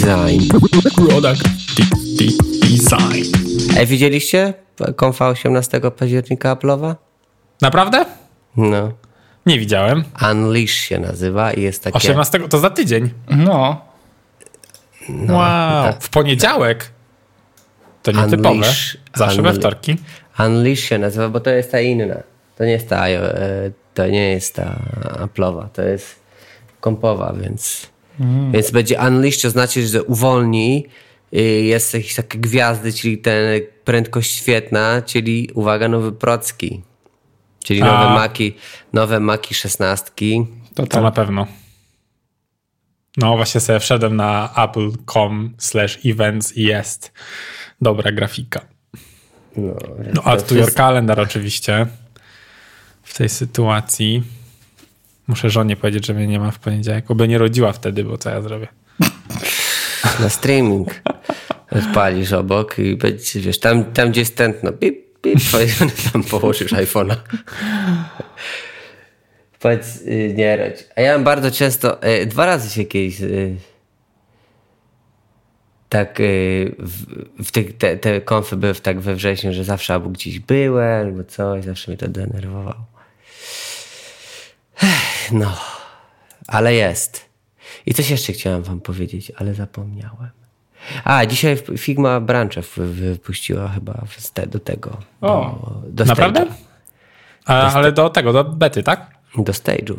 Design. Product Design. Widzieliście konfa 18 października Apple'owa? Naprawdę? No. Nie widziałem. Unleash się nazywa i jest takie... 18 to za tydzień. No. Wow. W poniedziałek? To nietypowe. Zawsze we wtorki. Unleash się nazywa, bo to jest ta inna. To nie jest ta Apple'owa, to jest kompowa, więc będzie Unleash, to znaczy, że uwolni. Jest jakieś takie gwiazdy, czyli ten prędkość świetna, czyli uwaga, nowe procki. Czyli nowe Maki 16. To na pewno. No właśnie sobie wszedłem na apple.com/events i jest dobra grafika. No add to your calendar oczywiście w tej sytuacji. Muszę żonie powiedzieć, że mnie nie ma w poniedziałek, bo by nie rodziła wtedy, bo co ja zrobię? Na streaming odpalisz obok i będzie, wiesz, tam gdzie jest tętno, pip, tam położysz iPhone'a. Powiedz, nie rodź. A ja mam bardzo często, 2 razy się kiedyś tak te konfy były tak we wrześniu, że zawsze albo gdzieś byłem, albo coś, zawsze mnie to denerwowało. No, ale jest. I coś jeszcze chciałem wam powiedzieć, ale zapomniałem. Dzisiaj Figma Brancha wypuściła chyba do tego. Do naprawdę? Ale do bety, tak? Do stage'ów.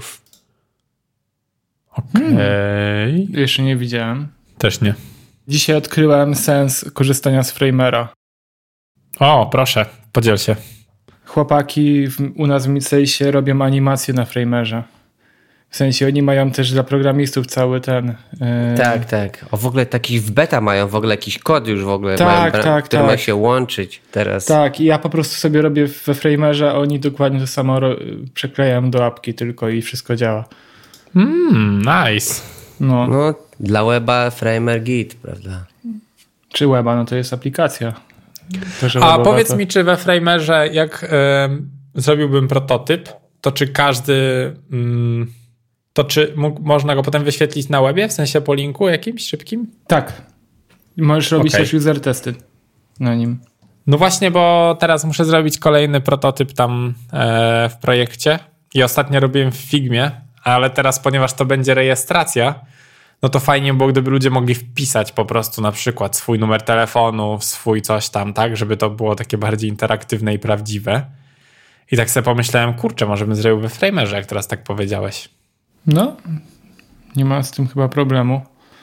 Okej. Jeszcze nie widziałem. Też nie. Dzisiaj odkryłem sens korzystania z Framera. O, proszę, podziel się. Chłopaki u nas w Micejsie robią animacje na Framerze. W sensie oni mają też dla programistów cały ten... Tak. W ogóle taki w beta mają w ogóle jakiś kod już w ogóle, który ma się łączyć teraz. Tak, i ja po prostu sobie robię we Framerze, a oni dokładnie to samo przeklejają do apki tylko i wszystko działa. Nice. No, dla weba Framer Git, prawda? Czy weba, no to jest aplikacja. A powiedz mi, czy we Framerze jak zrobiłbym prototyp, to czy każdy... To czy można go potem wyświetlić na webie, w sensie po linku jakimś szybkim? Tak. Możesz robić też user testy na nim. No właśnie, bo teraz muszę zrobić kolejny prototyp tam w projekcie i ostatnio robiłem w Figmie, ale teraz, ponieważ to będzie rejestracja, no to fajnie było, gdyby ludzie mogli wpisać po prostu na przykład swój numer telefonu, swój coś tam, tak, żeby to było takie bardziej interaktywne i prawdziwe. I tak sobie pomyślałem, kurczę, może bym zrobił we Framerze, jak teraz tak powiedziałeś. No, nie ma z tym chyba problemu.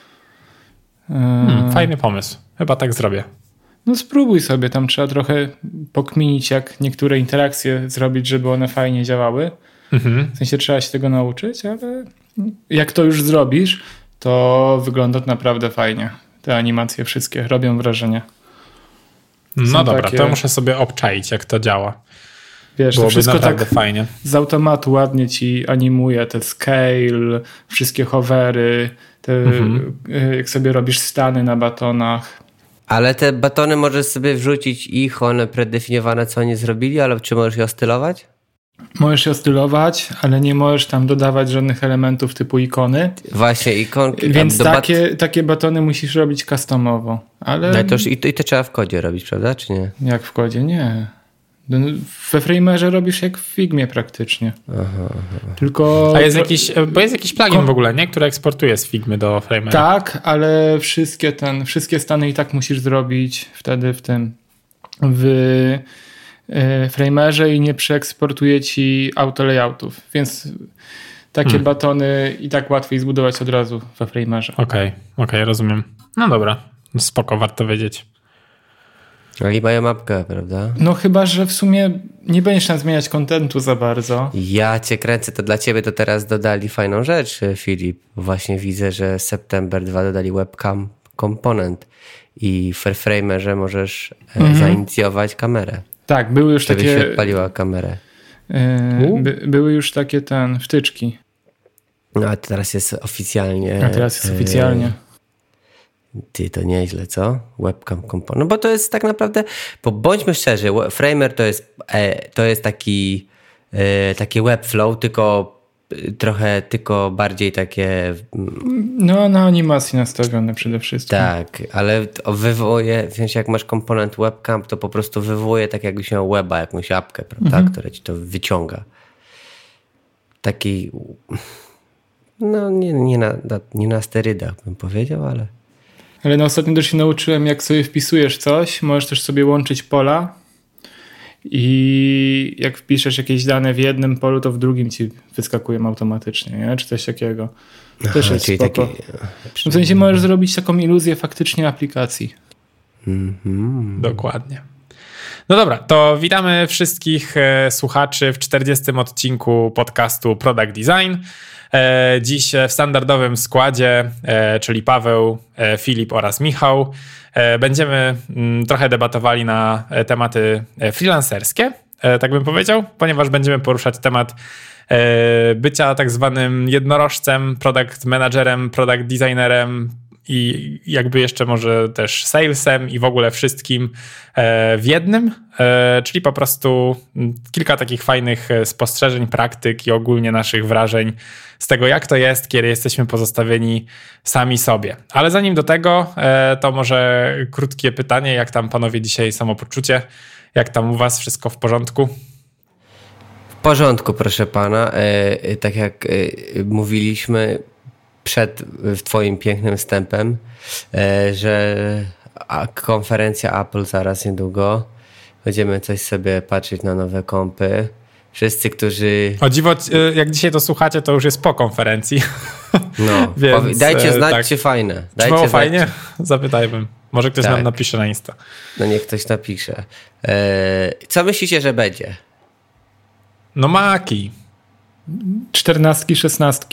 Fajny pomysł. Chyba tak zrobię. No spróbuj sobie, tam trzeba trochę pokminić, jak niektóre interakcje zrobić, żeby one fajnie działały. W sensie trzeba się tego nauczyć, ale jak to już zrobisz, to wygląda naprawdę fajnie. Te animacje wszystkie robią wrażenie. No dobra, to muszę sobie obczaić, jak to działa. Wiesz, byłoby to wszystko tak fajnie. Z automatu ładnie ci animuje te scale, wszystkie hovery, jak sobie robisz stany na batonach. Ale te batony możesz sobie wrzucić one predefiniowane, co oni zrobili, ale czy możesz je ostylować? Możesz je ostylować, ale nie możesz tam dodawać żadnych elementów typu ikony. Właśnie, ikonki. Więc takie batony musisz robić customowo. Ale I to trzeba w kodzie robić, prawda, czy nie? Jak w kodzie? Nie. We Framerze robisz jak w Figmie praktycznie. Tylko... A jest jakiś plugin w ogóle, nie? Który eksportuje z Figmy do Framera. Tak, ale wszystkie stany i tak musisz zrobić wtedy w Framerze i nie przeeksportuje ci autolayoutów. Więc takie batony i tak łatwiej zbudować od razu we Framerze. Okej, rozumiem. No dobra, spoko, warto wiedzieć. I mają mapkę, prawda? No chyba, że w sumie nie będziesz tam zmieniać kontentu za bardzo. Ja cię kręcę, to dla ciebie to teraz dodali fajną rzecz, Filip. Właśnie widzę, że September 2 dodali webcam component i w Framerze możesz zainicjować kamerę. Tak, były już żeby takie... się odpaliła kamerę. Były już takie wtyczki. No a teraz jest oficjalnie... Ty, to nieźle, co? Webcam component. No bo to jest tak naprawdę, bo bądźmy szczerzy, Framer to jest taki webflow, tylko trochę tylko bardziej takie... No, na animacji nastawione przede wszystkim. Tak, ale wywołuje, w sensie jak masz komponent webcam, to po prostu wywołuje tak jakbyś miał weba, jakąś apkę, prawda, która ci to wyciąga. Taki... No, nie na sterydach bym powiedział, ale... Ale na ostatnio też się nauczyłem, jak sobie wpisujesz coś, możesz też sobie łączyć pola i jak wpiszesz jakieś dane w jednym polu, to w drugim ci wyskakują automatycznie, nie? Czy coś takiego. Też jest spoko. W sensie możesz zrobić taką iluzję faktycznie aplikacji. Dokładnie. No dobra, to witamy wszystkich słuchaczy w 40. odcinku podcastu Product Design. Dziś w standardowym składzie, czyli Paweł, Filip oraz Michał, będziemy trochę debatowali na tematy freelancerskie, tak bym powiedział, ponieważ będziemy poruszać temat bycia tak zwanym jednorożcem, product managerem, product designerem i jakby jeszcze może też salesem i w ogóle wszystkim w jednym, czyli po prostu kilka takich fajnych spostrzeżeń, praktyk i ogólnie naszych wrażeń z tego, jak to jest, kiedy jesteśmy pozostawieni sami sobie. Ale zanim do tego, to może krótkie pytanie, jak tam panowie dzisiaj samopoczucie? Jak tam u was? Wszystko w porządku? W porządku, proszę pana. Tak jak mówiliśmy przed twoim pięknym wstępem, że konferencja Apple zaraz niedługo. Będziemy coś sobie patrzeć na nowe kompy. Wszyscy, którzy... O dziwo, jak dzisiaj to słuchacie, to już jest po konferencji. No, więc, dajcie znać, tak. Czy fajne. Czy było fajnie? Zapytajmy. Może ktoś nam napisze na Insta. No niech ktoś napisze. Co myślicie, że będzie? No Maki. 14, 16.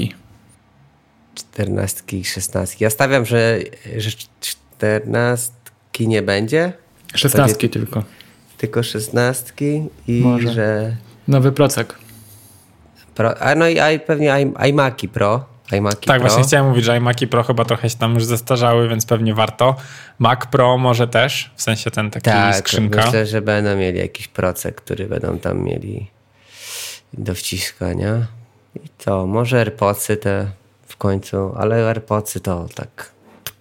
14 i 16. Ja stawiam, że 14 nie będzie. 16 tylko. Tylko 16 i może. Że... Nowy procek. No i pewnie iMaki Pro. Tak, właśnie chciałem mówić, że iMaki Pro chyba trochę się tam już zestarzały, więc pewnie warto. Mac Pro może też, w sensie ten taki skrzynka. Tak, myślę, że będą mieli jakiś procek, który będą tam mieli do wciskania. I to, może AirPodsy te w końcu, ale AirPodsy to tak...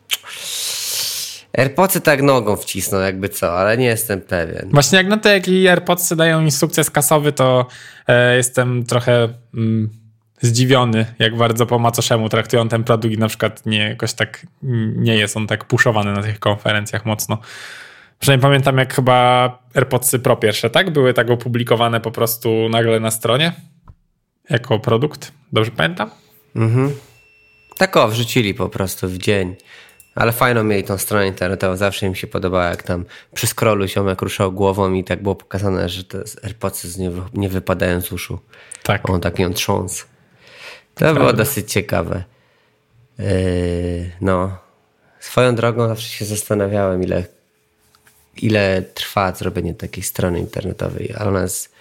AirPodsy tak nogą wcisną jakby co, ale nie jestem pewien. Właśnie jak na to, jaki AirPodsy dają mi sukces kasowy, to jestem trochę zdziwiony, jak bardzo po macoszemu traktują ten produkt i na przykład jakoś tak nie jest on tak puszowany na tych konferencjach mocno. Przynajmniej pamiętam, jak chyba AirPodsy Pro pierwsze, tak? Były tak opublikowane po prostu nagle na stronie jako produkt. Dobrze pamiętam? Mhm. Tak wrzucili po prostu w dzień. Ale fajną mieli tą stronę internetową. Zawsze mi się podobało, jak tam przy scrollu ziomek ruszał głową i tak było pokazane, że te AirPodsy nie wypadają z uszu. Tak. On tak ją trząsł. To było dosyć ciekawe. No. Swoją drogą zawsze się zastanawiałem, ile trwa zrobienie takiej strony internetowej. Ale ona jest...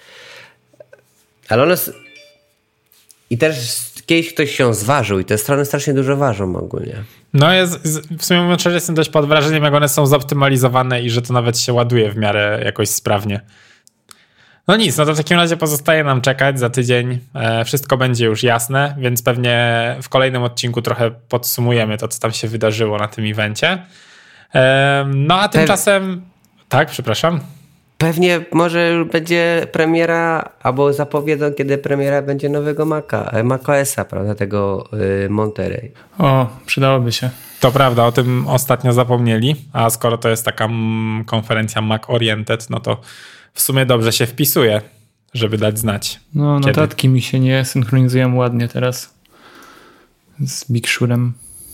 I też kiedyś ktoś się zważył i te strony strasznie dużo ważą ogólnie. No w sumie mówiąc szczerze, jestem dość pod wrażeniem, jak one są zoptymalizowane i że to nawet się ładuje w miarę jakoś sprawnie. No nic, no to w takim razie pozostaje nam czekać za tydzień. Wszystko będzie już jasne, więc pewnie w kolejnym odcinku trochę podsumujemy to, co tam się wydarzyło na tym evencie. No a tymczasem... Tak, przepraszam. Pewnie może będzie premiera, albo zapowiedzą, kiedy premiera będzie nowego macOS-a, prawda, tego Monterey. O, przydałoby się. To prawda, o tym ostatnio zapomnieli, a skoro to jest taka konferencja Mac Oriented, no to w sumie dobrze się wpisuje, żeby dać znać. No, notatki mi się nie synchronizują ładnie teraz z Big Surem.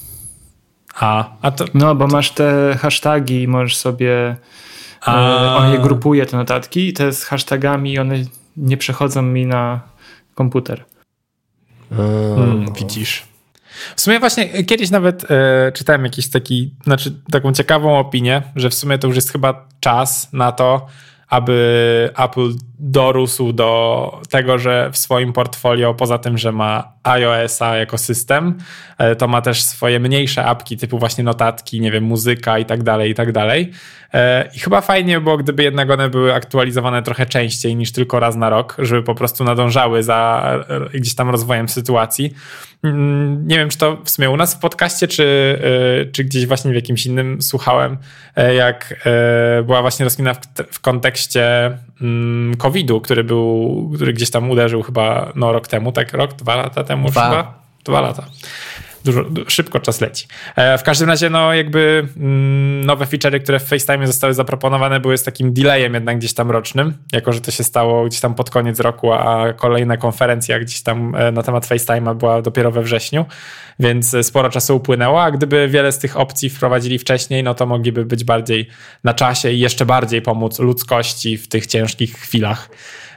A to... No, bo masz te hashtagi i możesz sobie... On je grupuje, te notatki, i te z hashtagami i one nie przechodzą mi na komputer. Widzisz. W sumie właśnie kiedyś nawet czytałem jakiś taką ciekawą opinię, że w sumie to już jest chyba czas na to, aby Apple dorósł do tego, że w swoim portfolio, poza tym, że ma iOS-a jako system, to ma też swoje mniejsze apki typu właśnie notatki, nie wiem, muzyka i tak dalej, i tak dalej. I chyba fajnie było, gdyby jednak one były aktualizowane trochę częściej niż tylko raz na rok, żeby po prostu nadążały za gdzieś tam rozwojem sytuacji. Nie wiem, czy to w sumie u nas w podcaście, czy gdzieś właśnie w jakimś innym słuchałem, jak była właśnie rozkmina w kontekście COVID-u, który gdzieś tam uderzył chyba rok temu, tak? Rok, 2 lata temu? 2 lata. Szybko czas leci. W każdym razie jakby nowe feature'y, które w FaceTime zostały zaproponowane, były z takim delayem jednak gdzieś tam rocznym, jako że to się stało gdzieś tam pod koniec roku, a kolejna konferencja gdzieś tam na temat FaceTime'a była dopiero we wrześniu, więc sporo czasu upłynęło, a gdyby wiele z tych opcji wprowadzili wcześniej, no to mogliby być bardziej na czasie i jeszcze bardziej pomóc ludzkości w tych ciężkich chwilach.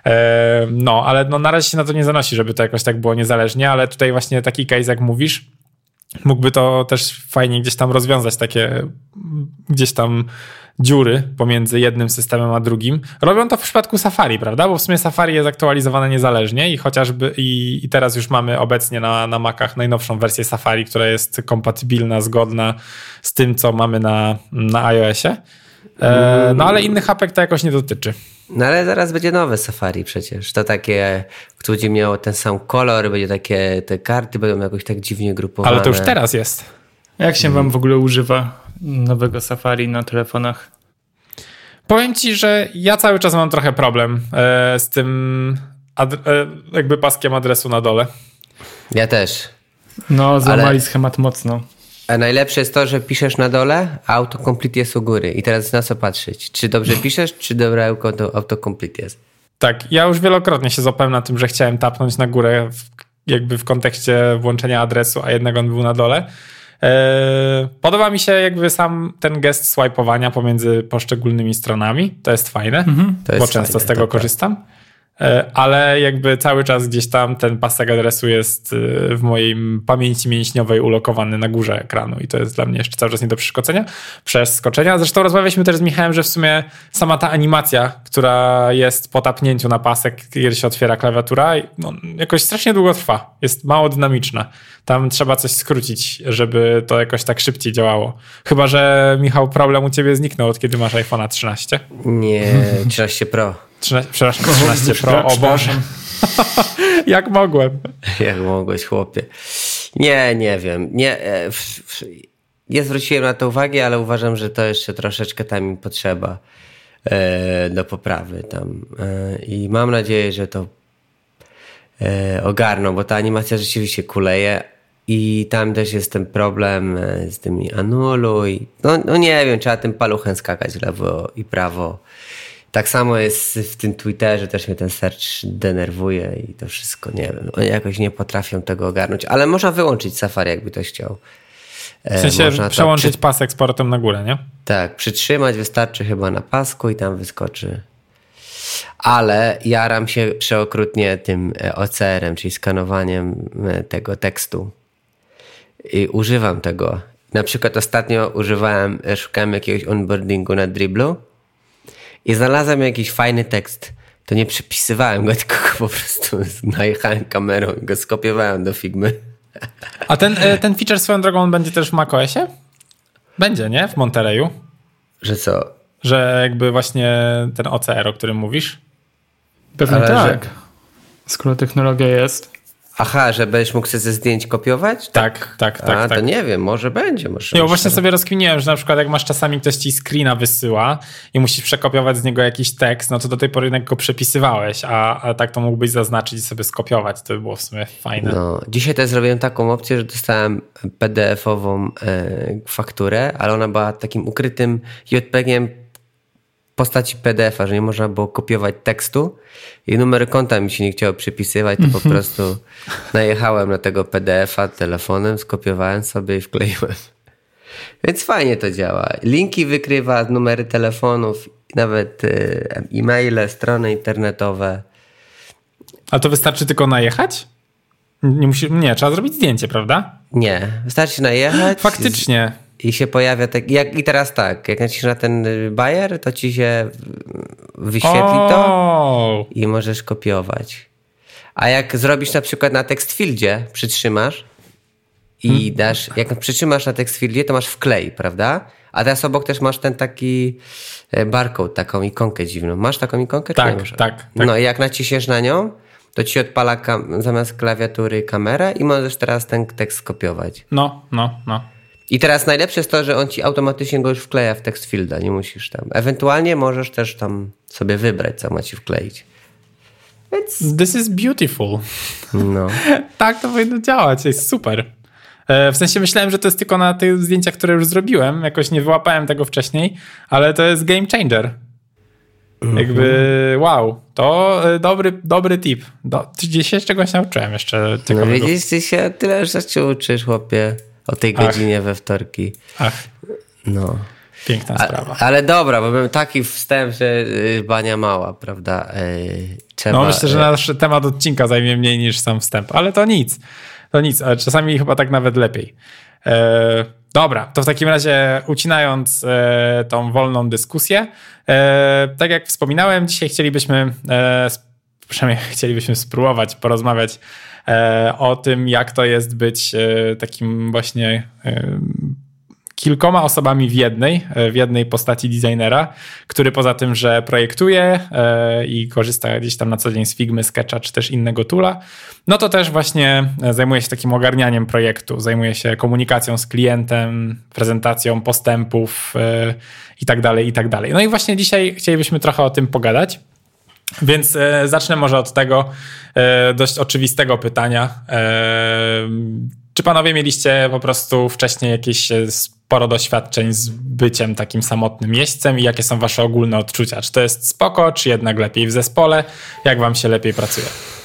Ale na razie się na to nie zanosi, żeby to jakoś tak było niezależnie, ale tutaj właśnie taki case, jak mówisz, mógłby to też fajnie gdzieś tam rozwiązać takie gdzieś tam dziury pomiędzy jednym systemem a drugim. Robią to w przypadku Safari, prawda? Bo w sumie Safari jest aktualizowane niezależnie i chociażby i teraz już mamy obecnie na Macach najnowszą wersję Safari, która jest kompatybilna, zgodna z tym, co mamy na iOSie. Ale innych apek to jakoś nie dotyczy. No ale zaraz będzie nowe Safari przecież. To takie, które będzie miało ten sam kolor, będzie takie, te karty będą jakoś tak dziwnie grupowane. Ale to już teraz jest. Jak się wam w ogóle używa nowego Safari na telefonach? Powiem ci, że ja cały czas mam trochę problem z tym jakby paskiem adresu na dole. Ja też. No, złamali schemat mocno. A najlepsze jest to, że piszesz na dole, a autocomplete jest u góry. I teraz na co patrzeć? Czy dobrze piszesz, czy dobre autocomplete jest? Tak, ja już wielokrotnie się złapałem na tym, że chciałem tapnąć na górę jakby w kontekście włączenia adresu, a jednak on był na dole. Podoba mi się jakby sam ten gest swipe'owania pomiędzy poszczególnymi stronami. To jest fajne, bo często z tego korzystam. Ale jakby cały czas gdzieś tam ten pasek adresu jest w mojej pamięci mięśniowej ulokowany na górze ekranu i to jest dla mnie jeszcze cały czas nie do przeskoczenia. Zresztą rozmawialiśmy też z Michałem, że w sumie sama ta animacja, która jest po tapnięciu na pasek, kiedy się otwiera klawiatura, jakoś strasznie długo trwa. Jest mało dynamiczna. Tam trzeba coś skrócić, żeby to jakoś tak szybciej działało. Chyba że, Michał, problem u ciebie zniknął, od kiedy masz iPhone'a 13? Nie, 13 Pro. 13 Pro, o Boże. Jak mogłem? Jak mogłeś, chłopie. Nie wiem. Nie zwróciłem na to uwagi, ale uważam, że to jeszcze troszeczkę tam mi potrzeba do poprawy tam. I mam nadzieję, że to ogarną, bo ta animacja rzeczywiście kuleje i tam też jest ten problem z tymi anuluj. No nie wiem, trzeba tym paluchem skakać lewo i prawo. Tak samo jest w tym Twitterze, też mnie ten search denerwuje i to wszystko, nie wiem, oni jakoś nie potrafią tego ogarnąć, ale można wyłączyć Safari, jakby ktoś chciał. W sensie przełączyć pasek z portem na górę, nie? Tak, przytrzymać wystarczy chyba na pasku i tam wyskoczy. Ale jaram się przeokrutnie tym OCR-em, czyli skanowaniem tego tekstu. I używam tego. Na przykład ostatnio szukałem jakiegoś onboardingu na Dribblu i znalazłem jakiś fajny tekst. To nie przepisywałem go, tylko go po prostu najechałem kamerą i go skopiowałem do Figmy. A ten feature swoją drogą on będzie też w macOSie? Będzie, nie? W Montereyu. Że co? Że jakby właśnie ten OCR, o którym mówisz? Pewnie ale tak. Skoro technologia jest. Aha, że będziesz mógł sobie ze zdjęć kopiować? Tak. To nie wiem, może będzie. Ja właśnie sobie rozkminiłem, że na przykład jak masz czasami ktoś ci screena wysyła i musisz przekopiować z niego jakiś tekst, no to do tej pory jednak go przepisywałeś, a tak to mógłbyś zaznaczyć i sobie skopiować. To by było w sumie fajne. No, dzisiaj też zrobiłem taką opcję, że dostałem PDF-ową fakturę, ale ona była takim ukrytym JPEG-iem postaci PDF-a, że nie można było kopiować tekstu i numer konta mi się nie chciało przypisywać, to po prostu najechałem na tego PDF-a telefonem, skopiowałem sobie i wkleiłem. Więc fajnie to działa. Linki wykrywa, numery telefonów, nawet e-maile, strony internetowe. A to wystarczy tylko najechać? Nie, trzeba zrobić zdjęcie, prawda? Nie, wystarczy najechać. Faktycznie. I się pojawia i teraz tak, jak naciśniesz na ten bajer, to ci się wyświetli to i możesz kopiować. A jak zrobisz na przykład na TextFieldzie, przytrzymasz i dasz, jak przytrzymasz na TextFieldzie, to masz wklej, prawda? A teraz obok też masz ten taki barcode, taką ikonkę dziwną. Masz taką ikonkę? Tak. No i jak naciśniesz na nią, to ci odpala zamiast klawiatury kamerę i możesz teraz ten tekst skopiować. No. I teraz najlepsze jest to, że on ci automatycznie go już wkleja w TextFielda, nie musisz tam. Ewentualnie możesz też tam sobie wybrać, co ma ci wkleić. Więc... This is beautiful. No. Tak to powinno działać, jest super. W sensie myślałem, że to jest tylko na tych zdjęciach, które już zrobiłem. Jakoś nie wyłapałem tego wcześniej, ale to jest game changer. Jakby wow, to dobry tip. Dzisiaj czegoś nauczyłem jeszcze ciekawego. No widzisz, ty się tyle rzeczy uczysz, chłopie, o tej godzinie we wtorki. No. Piękna sprawa. Ale dobra, bo bym taki wstęp, że bania mała, prawda? Trzeba, no myślę, że nasz temat odcinka zajmie mniej niż sam wstęp, ale to nic, ale czasami chyba tak nawet lepiej. Dobra, to w takim razie ucinając tą wolną dyskusję, tak jak wspominałem, dzisiaj chcielibyśmy spróbować porozmawiać o tym, jak to jest być takim właśnie kilkoma osobami w jednej postaci designera, który poza tym, że projektuje i korzysta gdzieś tam na co dzień z Figmy, Sketcha czy też innego toola, no to też właśnie zajmuje się takim ogarnianiem projektu, zajmuje się komunikacją z klientem, prezentacją postępów i tak dalej, i tak dalej. No i właśnie dzisiaj chcielibyśmy trochę o tym pogadać. Więc zacznę może od tego dość oczywistego pytania. Czy panowie mieliście po prostu wcześniej jakieś sporo doświadczeń z byciem takim samotnym jeźdźcem i jakie są wasze ogólne odczucia? Czy to jest spoko, czy jednak lepiej w zespole? Jak wam się lepiej pracuje?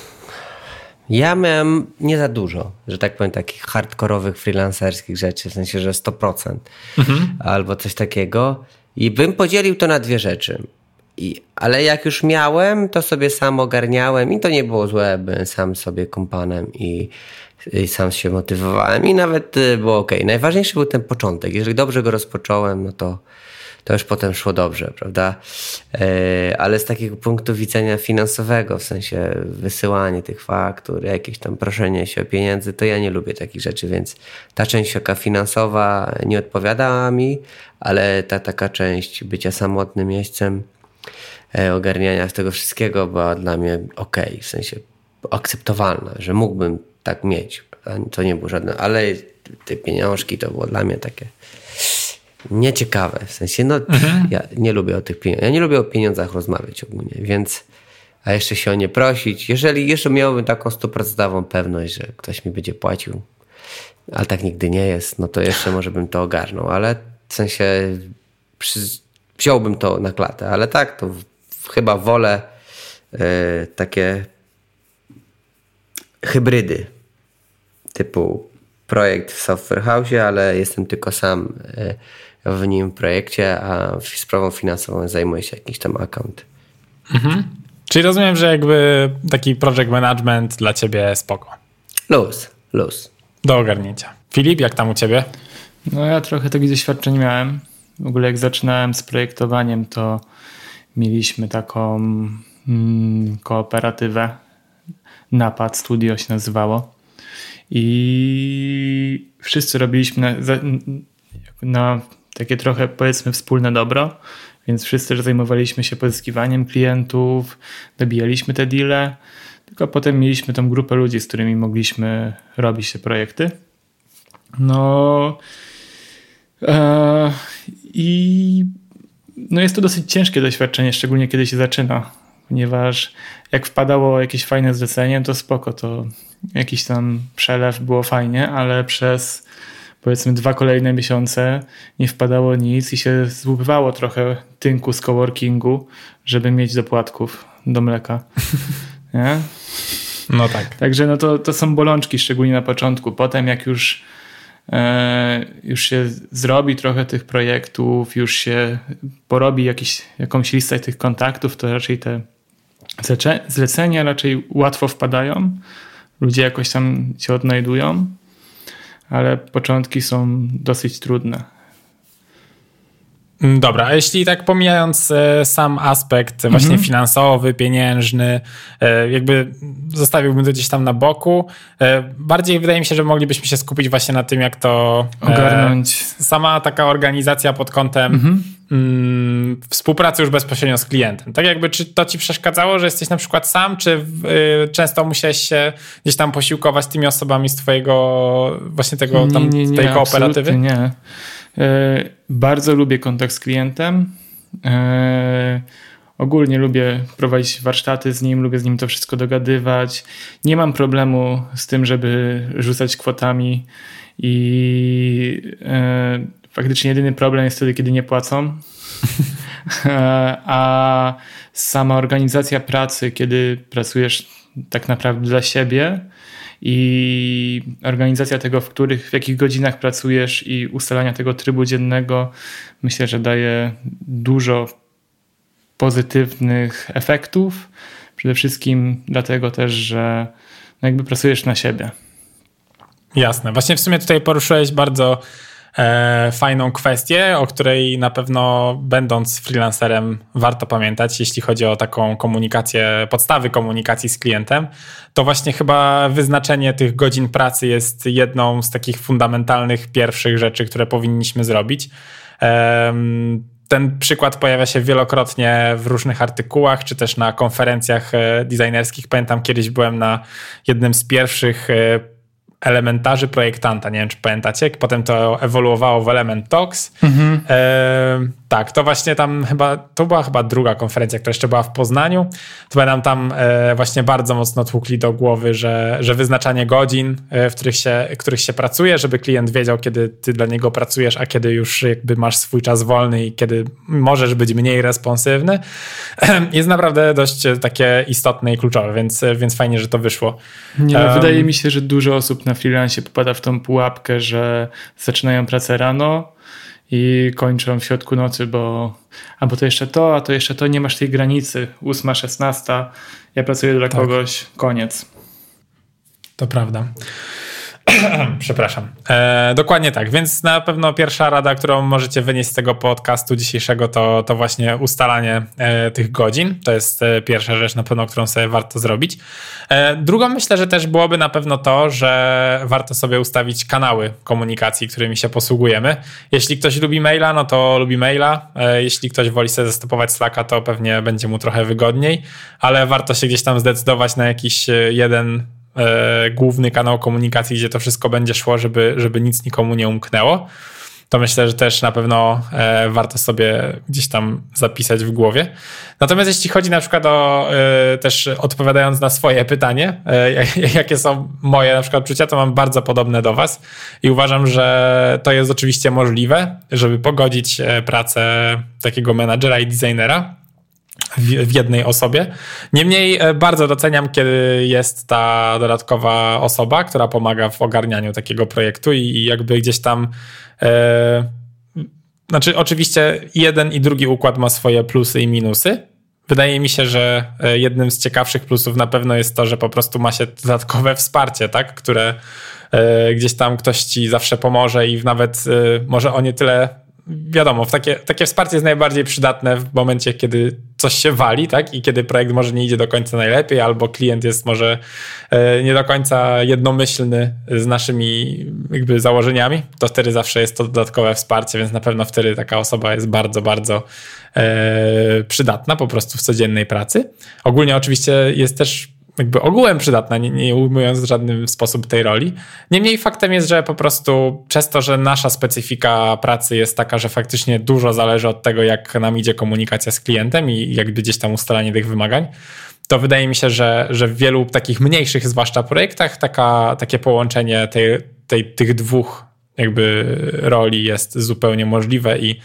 Ja miałem nie za dużo, że tak powiem, takich hardkorowych, freelancerskich rzeczy, w sensie, że 100% albo coś takiego. I bym podzielił to na dwie rzeczy. Ale jak już miałem, to sobie sam ogarniałem i to nie było złe, byłem sam sobie kompanem i sam się motywowałem i nawet było okej. Najważniejszy był ten początek. Jeżeli dobrze go rozpocząłem, no to już potem szło dobrze, prawda? Ale z takiego punktu widzenia finansowego, w sensie wysyłanie tych faktur, jakieś tam proszenie się o pieniędzy, to ja nie lubię takich rzeczy, więc ta część taka finansowa nie odpowiada mi, ale ta taka część bycia samotnym jeźdźcem, ogarniania z tego wszystkiego była dla mnie okej, w sensie akceptowalna, że mógłbym tak mieć. To nie było żadne, ale te pieniążki to było dla mnie takie nieciekawe. W sensie, ja nie lubię o tych pieniądzach. Ja nie lubię o pieniądzach rozmawiać ogólnie, więc a jeszcze się o nie prosić. Jeżeli jeszcze miałbym taką 100% pewność, że ktoś mi będzie płacił, ale tak nigdy nie jest, no to jeszcze może bym to ogarnął, ale w sensie wziąłbym to na klatę, ale tak, to chyba wolę takie hybrydy typu projekt w Software House, ale jestem tylko sam w nim projekcie, a sprawą finansową zajmuje się jakiś tam account. Czyli rozumiem, że jakby taki project management dla ciebie spoko. Luz. Do ogarnięcia. Filip, jak tam u ciebie? No ja trochę takich doświadczeń miałem. W ogóle jak zaczynałem z projektowaniem, to mieliśmy taką kooperatywę. Napad Studio się nazywało. I wszyscy robiliśmy na takie trochę, powiedzmy, wspólne dobro, więc wszyscy zajmowaliśmy się pozyskiwaniem klientów, dobijaliśmy te deale, tylko potem mieliśmy tą grupę ludzi, z którymi mogliśmy robić te projekty. I jest to dosyć ciężkie doświadczenie, szczególnie kiedy się zaczyna, ponieważ jak wpadało jakieś fajne zlecenie, to spoko, to jakiś tam przelew, było fajnie, ale przez powiedzmy 2 kolejne miesiące nie wpadało nic i się złupywało trochę tynku z coworkingu, żeby mieć dopłatków do mleka. Nie? No tak. Także to są bolączki, szczególnie na początku. Potem jak już się zrobi trochę tych projektów, już się porobi jakąś listę tych kontaktów, to raczej te zlecenia raczej łatwo wpadają. Ludzie jakoś tam się odnajdują, ale początki są dosyć trudne. Dobra, a jeśli tak pomijając sam aspekt właśnie finansowy, pieniężny, jakby zostawiłbym to gdzieś tam na boku, bardziej wydaje mi się, że moglibyśmy się skupić właśnie na tym, jak to ogarnąć. Sama taka organizacja pod kątem współpracy już bezpośrednio z klientem. Tak jakby, czy to ci przeszkadzało, że jesteś na przykład sam, czy często musiałeś się gdzieś tam posiłkować tymi osobami z twojego właśnie tego tam tej kooperatywy? Nie. Bardzo lubię kontakt z klientem. Ogólnie lubię prowadzić warsztaty z nim, lubię z nim to wszystko dogadywać. Nie mam problemu z tym, żeby rzucać kwotami i faktycznie jedyny problem jest wtedy, kiedy nie płacą. A sama organizacja pracy, kiedy pracujesz tak naprawdę dla siebie i organizacja tego, w jakich godzinach pracujesz i ustalania tego trybu dziennego, myślę, że daje dużo pozytywnych efektów. Przede wszystkim dlatego też, że jakby pracujesz na siebie. Jasne. Właśnie w sumie tutaj poruszyłeś bardzo fajną kwestię, o której na pewno będąc freelancerem warto pamiętać, jeśli chodzi o taką komunikację, podstawy komunikacji z klientem, to właśnie chyba wyznaczenie tych godzin pracy jest jedną z takich fundamentalnych pierwszych rzeczy, które powinniśmy zrobić. Ten przykład pojawia się wielokrotnie w różnych artykułach, czy też na konferencjach designerskich. Pamiętam, kiedyś byłem na jednym z pierwszych elementarzy projektanta, nie wiem, czy pamiętacie, potem to ewoluowało w Element Talks. Tak, to właśnie tam to była chyba druga konferencja, która jeszcze była w Poznaniu. To nam tam właśnie bardzo mocno tłukli do głowy, że wyznaczanie godzin, w których się pracuje, żeby klient wiedział, kiedy ty dla niego pracujesz, a kiedy już jakby masz swój czas wolny i kiedy możesz być mniej responsywny, jest naprawdę dość takie istotne i kluczowe, więc fajnie, że to wyszło. Wydaje mi się, że dużo osób na freelancie popada w tą pułapkę, że zaczynają pracę rano i kończą w środku nocy, bo to jeszcze to, a to jeszcze to, nie masz tej granicy. 8-16, ja pracuję dla kogoś, koniec. To prawda. Przepraszam. Dokładnie tak, więc na pewno pierwsza rada, którą możecie wynieść z tego podcastu dzisiejszego, to właśnie ustalanie tych godzin. To jest pierwsza rzecz na pewno, którą sobie warto zrobić. Drugą myślę, że też byłoby na pewno to, że warto sobie ustawić kanały komunikacji, którymi się posługujemy. Jeśli ktoś lubi maila, no to lubi maila. Jeśli ktoś woli sobie zastopować Slacka, to pewnie będzie mu trochę wygodniej, ale warto się gdzieś tam zdecydować na jakiś jeden główny kanał komunikacji, gdzie to wszystko będzie szło, żeby nic nikomu nie umknęło. To myślę, że też na pewno warto sobie gdzieś tam zapisać w głowie. Natomiast jeśli chodzi na przykład o, też odpowiadając na swoje pytanie, jakie są moje na przykład odczucia, to mam bardzo podobne do was i uważam, że to jest oczywiście możliwe, żeby pogodzić pracę takiego menadżera i designera w jednej osobie. Niemniej bardzo doceniam, kiedy jest ta dodatkowa osoba, która pomaga w ogarnianiu takiego projektu i jakby gdzieś tam znaczy oczywiście jeden i drugi układ ma swoje plusy i minusy. Wydaje mi się, że jednym z ciekawszych plusów na pewno jest to, że po prostu ma się dodatkowe wsparcie, tak, które gdzieś tam ktoś ci zawsze pomoże i nawet może o nie tyle wiadomo, takie wsparcie jest najbardziej przydatne w momencie, kiedy coś się wali, tak? I kiedy projekt może nie idzie do końca najlepiej, albo klient jest może nie do końca jednomyślny z naszymi jakby założeniami, to wtedy zawsze jest to dodatkowe wsparcie, więc na pewno wtedy taka osoba jest bardzo, bardzo przydatna po prostu w codziennej pracy. Ogólnie oczywiście jest też jakby ogółem przydatna, nie ujmując w żadnym sposób tej roli. Niemniej faktem jest, że po prostu przez to, że nasza specyfika pracy jest taka, że faktycznie dużo zależy od tego, jak nam idzie komunikacja z klientem i jakby gdzieś tam ustalanie tych wymagań, to wydaje mi się, że w wielu takich mniejszych zwłaszcza projektach takie połączenie tych dwóch jakby roli jest zupełnie możliwe i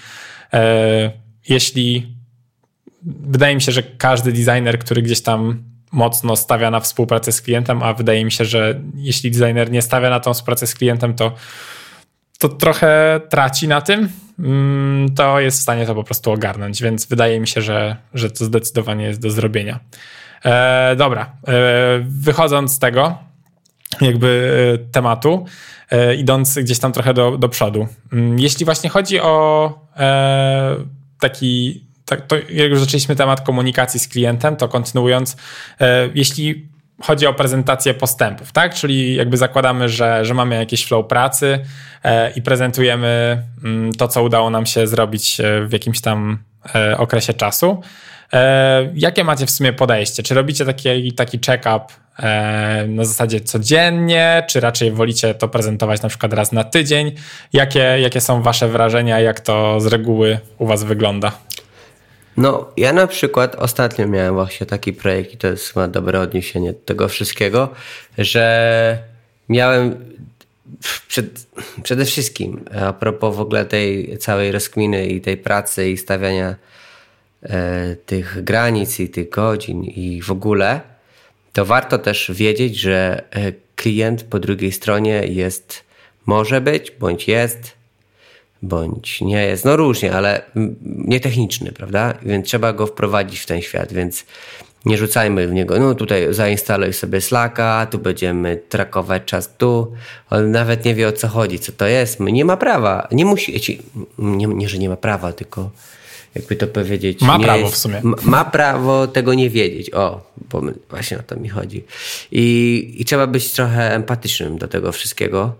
jeśli wydaje mi się, że każdy designer, który gdzieś tam mocno stawia na współpracę z klientem, a wydaje mi się, że jeśli designer nie stawia na tą współpracę z klientem, to trochę traci na tym, to jest w stanie to po prostu ogarnąć, więc wydaje mi się, że to zdecydowanie jest do zrobienia. Dobra, wychodząc z tego, jakby tematu, idąc gdzieś tam trochę do przodu. Jeśli właśnie chodzi o to jak już zaczęliśmy temat komunikacji z klientem, to kontynuując, jeśli chodzi o prezentację postępów, tak? Czyli jakby zakładamy, że mamy jakiś flow pracy i prezentujemy to, co udało nam się zrobić w jakimś tam okresie czasu. Jakie macie w sumie podejście? Czy robicie taki check-up na zasadzie codziennie, czy raczej wolicie to prezentować na przykład raz na tydzień? Jakie są wasze wrażenia, jak to z reguły u was wygląda? No, ja na przykład ostatnio miałem właśnie taki projekt i to jest chyba dobre odniesienie do tego wszystkiego, że miałem przede wszystkim a propos w ogóle tej całej rozkminy i tej pracy i stawiania tych granic i tych godzin i w ogóle, to warto też wiedzieć, że klient po drugiej stronie może być, bądź nie jest, no różnie, ale nietechniczny, prawda? Więc trzeba go wprowadzić w ten świat, więc nie rzucajmy w niego, no tutaj zainstaluj sobie Slacka, tu będziemy trackować czas tu. On nawet nie wie, o co chodzi, co to jest. Nie ma prawa, nie musi, nie, że nie ma prawa, tylko jakby to powiedzieć. Ma prawo w sumie. Ma prawo tego nie wiedzieć. Bo właśnie o to mi chodzi. I trzeba być trochę empatycznym do tego wszystkiego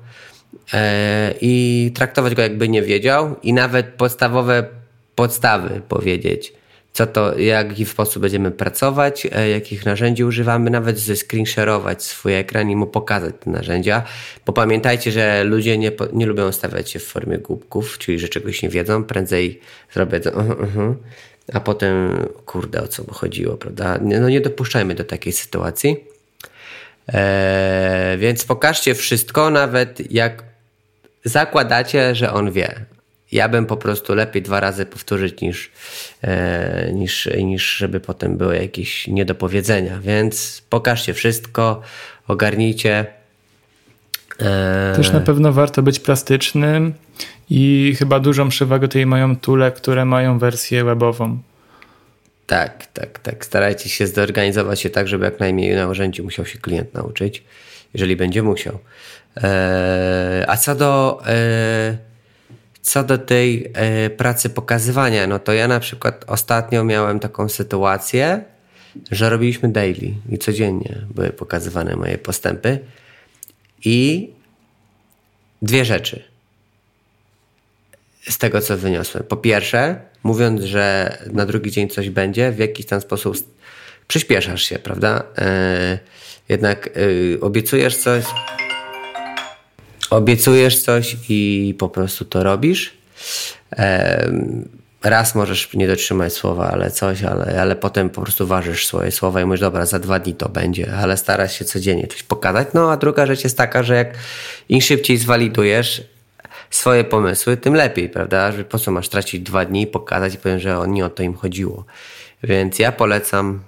i traktować go jakby nie wiedział i nawet podstawy powiedzieć, co to, w jaki sposób będziemy pracować, jakich narzędzi używamy, nawet screensharować swój ekran i mu pokazać te narzędzia, bo pamiętajcie, że ludzie nie lubią stawiać się w formie głupków, czyli że czegoś nie wiedzą, prędzej zrobię to, a potem kurde, o co chodziło, prawda? No nie dopuszczajmy do takiej sytuacji. Więc pokażcie wszystko, nawet jak zakładacie, że on wie. Ja bym po prostu lepiej 2 razy powtórzyć niż żeby potem były jakieś niedopowiedzenia. Więc pokażcie wszystko, ogarnijcie. Też na pewno warto być plastycznym i chyba dużą przewagę tutaj mają toole, które mają wersję webową. Tak. Starajcie się zorganizować się tak, żeby jak najmniej narzędzi musiał się klient nauczyć, jeżeli będzie musiał. A co do tej pracy pokazywania, no to ja na przykład ostatnio miałem taką sytuację, że robiliśmy daily i codziennie były pokazywane moje postępy i 2 rzeczy z tego, co wyniosłem. Po pierwsze, mówiąc, że na drugi dzień coś będzie, w jakiś tam sposób przyspieszasz się, prawda? Jednak obiecujesz coś i po prostu to robisz. Raz możesz nie dotrzymać słowa, ale potem po prostu ważysz swoje słowa i mówisz, dobra, za 2 dni to będzie, ale starasz się codziennie coś pokazać. No a druga rzecz jest taka, że jak im szybciej zwalidujesz swoje pomysły, tym lepiej, prawda? Że po co masz tracić 2 dni, pokazać i powiem, że nie o to im chodziło. Więc ja polecam,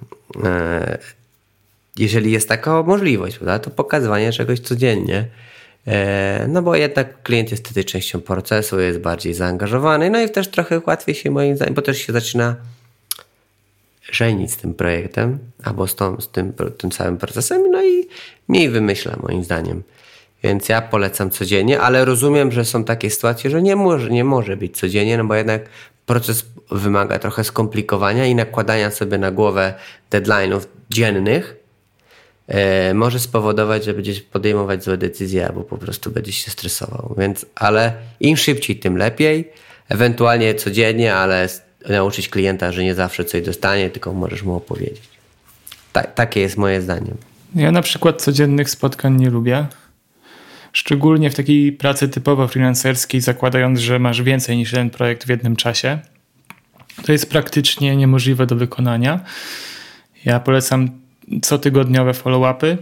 jeżeli jest taka możliwość, prawda, to pokazywanie czegoś codziennie. No bo jednak klient jest wtedy częścią procesu, jest bardziej zaangażowany, no i też trochę łatwiej się moim zdaniem, bo też się zaczyna żenić z tym projektem albo z tym całym procesem, no i mniej wymyśla moim zdaniem. Więc ja polecam codziennie, ale rozumiem, że są takie sytuacje, że nie może być codziennie, no bo jednak proces wymaga trochę skomplikowania i nakładania sobie na głowę deadline'ów dziennych może spowodować, że będziesz podejmować złe decyzje albo po prostu będziesz się stresował. Więc, ale im szybciej, tym lepiej. Ewentualnie codziennie, ale nauczyć klienta, że nie zawsze coś dostanie, tylko możesz mu opowiedzieć. Takie jest moje zdanie. Ja na przykład codziennych spotkań nie lubię. Szczególnie w takiej pracy typowo freelancerskiej, zakładając, że masz więcej niż jeden projekt w jednym czasie. To jest praktycznie niemożliwe do wykonania. Ja polecam cotygodniowe follow-upy.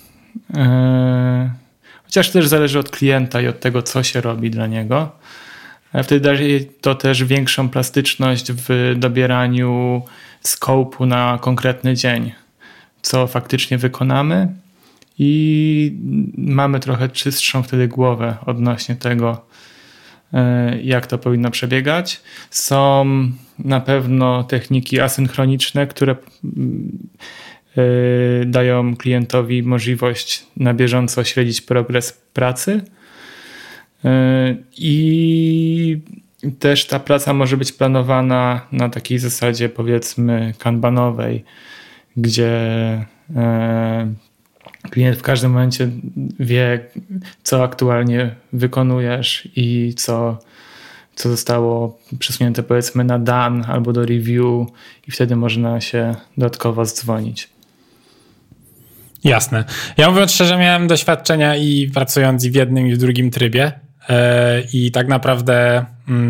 Chociaż też zależy od klienta i od tego, co się robi dla niego. Ale wtedy daje to też większą plastyczność w dobieraniu scope'u na konkretny dzień. Co faktycznie wykonamy i mamy trochę czystszą wtedy głowę odnośnie tego, jak to powinno przebiegać. Są na pewno techniki asynchroniczne, które dają klientowi możliwość na bieżąco śledzić progres pracy i też ta praca może być planowana na takiej zasadzie, powiedzmy, kanbanowej, gdzie klient w każdym momencie wie, co aktualnie wykonujesz i co zostało przesunięte, powiedzmy, na done albo do review i wtedy można się dodatkowo zdzwonić. Jasne. Ja mówiąc szczerze, miałem doświadczenia i pracując i w jednym i w drugim trybie i tak naprawdę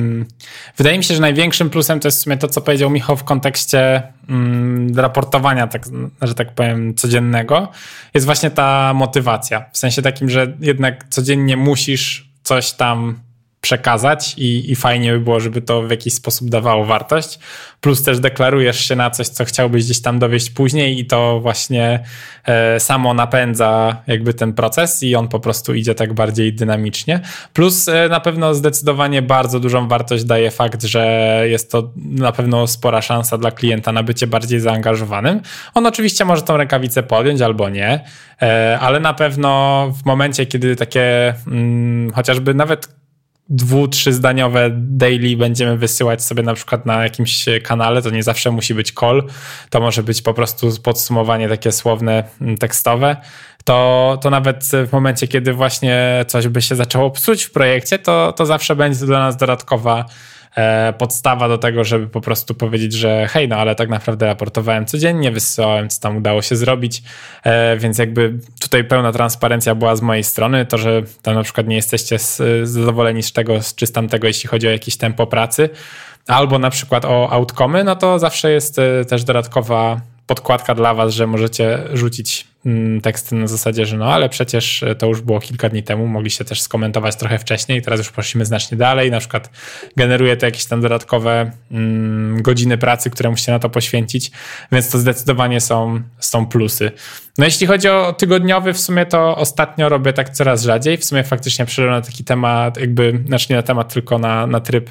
wydaje mi się, że największym plusem to jest w sumie to, co powiedział Michał w kontekście raportowania, tak, że tak powiem, codziennego, jest właśnie ta motywacja. W sensie takim, że jednak codziennie musisz coś tam przekazać i fajnie by było, żeby to w jakiś sposób dawało wartość. Plus też deklarujesz się na coś, co chciałbyś gdzieś tam dowieść później i to właśnie samo napędza jakby ten proces i on po prostu idzie tak bardziej dynamicznie. Plus na pewno zdecydowanie bardzo dużą wartość daje fakt, że jest to na pewno spora szansa dla klienta na bycie bardziej zaangażowanym. On oczywiście może tą rękawicę podjąć albo nie, ale na pewno w momencie, kiedy takie chociażby nawet 2-3 zdaniowe daily będziemy wysyłać sobie na przykład na jakimś kanale, to nie zawsze musi być call, to może być po prostu podsumowanie takie słowne, tekstowe, to nawet w momencie, kiedy właśnie coś by się zaczęło psuć w projekcie, to zawsze będzie dla nas dodatkowa podstawa do tego, żeby po prostu powiedzieć, że hej, no ale tak naprawdę raportowałem codziennie, wysyłałem, co tam udało się zrobić, więc jakby tutaj pełna transparencja była z mojej strony, to, że tam na przykład nie jesteście zadowoleni z czegoś czy z tamtego, jeśli chodzi o jakieś tempo pracy, albo na przykład o outcome'y, no to zawsze jest też dodatkowa podkładka dla was, że możecie rzucić teksty na zasadzie, że no ale przecież to już było kilka dni temu, mogliście też skomentować trochę wcześniej, teraz już poszliśmy znacznie dalej, na przykład generuje to jakieś tam dodatkowe godziny pracy, które musicie na to poświęcić, więc to zdecydowanie są plusy. No jeśli chodzi o tygodniowy, w sumie to ostatnio robię tak coraz rzadziej, w sumie faktycznie przeszedłem na taki temat, jakby, znaczy nie na temat, tylko na tryb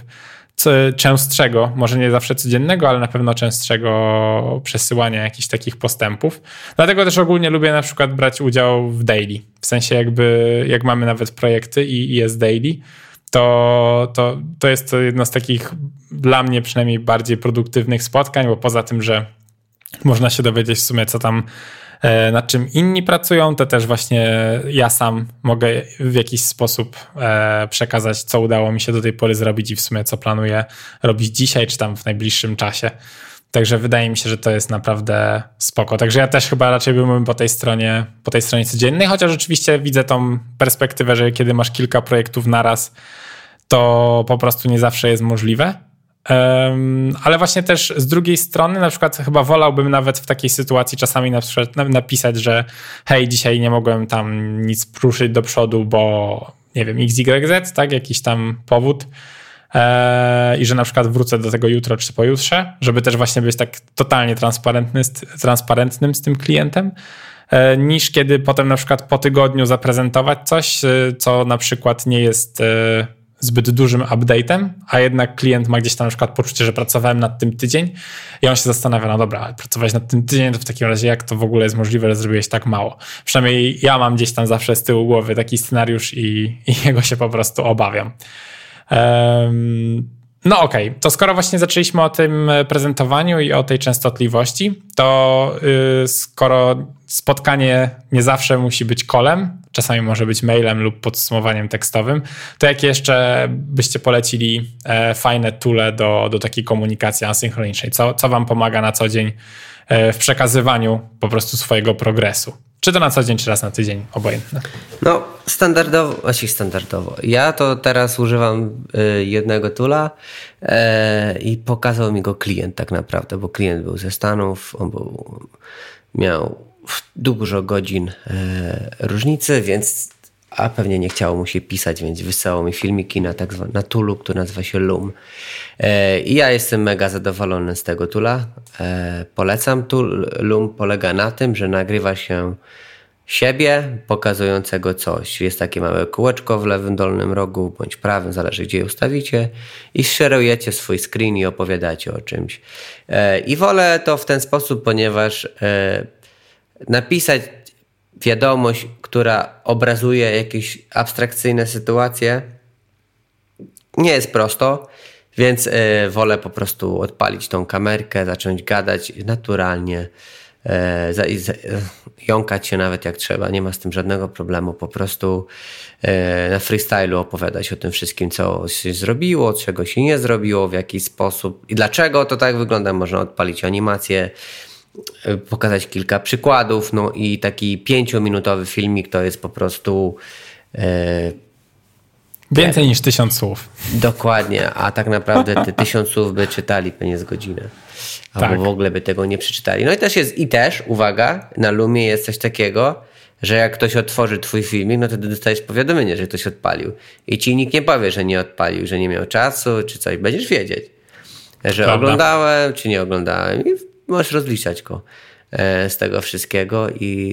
częstszego, może nie zawsze codziennego, ale na pewno częstszego przesyłania jakichś takich postępów. Dlatego też ogólnie lubię na przykład brać udział w daily. W sensie jakby, jak mamy nawet projekty i jest daily, to jest to jedno z takich dla mnie przynajmniej bardziej produktywnych spotkań, bo poza tym, że można się dowiedzieć w sumie, co tam nad czym inni pracują, to też właśnie ja sam mogę w jakiś sposób przekazać, co udało mi się do tej pory zrobić i w sumie co planuję robić dzisiaj, czy tam w najbliższym czasie. Także wydaje mi się, że to jest naprawdę spoko. Także ja też chyba raczej byłbym po tej stronie codziennej, chociaż oczywiście widzę tą perspektywę, że kiedy masz kilka projektów naraz, to po prostu nie zawsze jest możliwe. Ale właśnie też z drugiej strony na przykład chyba wolałbym nawet w takiej sytuacji czasami na przykład napisać, że hej, dzisiaj nie mogłem tam nic ruszyć do przodu, bo nie wiem, XYZ, tak, jakiś tam powód i że na przykład wrócę do tego jutro czy pojutrze, żeby też właśnie być tak totalnie transparentnym z tym klientem, niż kiedy potem na przykład po tygodniu zaprezentować coś, co na przykład nie jest zbyt dużym update'em, a jednak klient ma gdzieś tam na przykład poczucie, że pracowałem nad tym tydzień i on się zastanawia, no dobra, ale pracowałeś nad tym tydzień, to w takim razie jak to w ogóle jest możliwe, że zrobiłeś tak mało? Przynajmniej ja mam gdzieś tam zawsze z tyłu głowy taki scenariusz i jego się po prostu obawiam. No okej, to skoro właśnie zaczęliśmy o tym prezentowaniu i o tej częstotliwości, to skoro spotkanie nie zawsze musi być callem, czasami może być mailem lub podsumowaniem tekstowym, to jakie jeszcze byście polecili fajne toole do takiej komunikacji asynchronicznej? Co wam pomaga na co dzień w przekazywaniu po prostu swojego progresu? Czy to na co dzień, czy raz na tydzień, obojętne? No, standardowo. Ja to teraz używam jednego toola i pokazał mi go klient tak naprawdę, bo klient był ze Stanów, miał dużo godzin różnicy, więc a pewnie nie chciało mu się pisać, więc wysyłał mi filmiki na toolu, który nazywa się Loom. I ja jestem mega zadowolony z tego toola. Polecam. Tool Loom polega na tym, że nagrywa się siebie pokazującego coś. Jest takie małe kółeczko w lewym dolnym rogu, bądź prawym, zależy gdzie je ustawicie, i szerujecie swój screen i opowiadacie o czymś. I wolę to w ten sposób, ponieważ napisać wiadomość, która obrazuje jakieś abstrakcyjne sytuacje, nie jest prosto, więc wolę po prostu odpalić tą kamerkę, zacząć gadać naturalnie, jąkać się nawet jak trzeba, nie ma z tym żadnego problemu, po prostu na freestylu opowiadać o tym wszystkim, co się zrobiło, czego się nie zrobiło, w jaki sposób i dlaczego to tak wygląda. Można odpalić animację, pokazać kilka przykładów, no i taki 5-minutowy filmik to jest po prostu więcej niż 1000 słów. Dokładnie, a tak naprawdę te 1000 słów by czytali pewnie z godzinę. Albo tak. w ogóle by tego nie przeczytali. No i też, uwaga, na Lumie jest coś takiego, że jak ktoś otworzy twój filmik, no to dostajesz powiadomienie, że ktoś odpalił. I ci nikt nie powie, że nie odpalił, że nie miał czasu, czy coś. Będziesz wiedzieć, że Prawda. Oglądałem, czy nie oglądałem. I możesz rozliczać go z tego wszystkiego.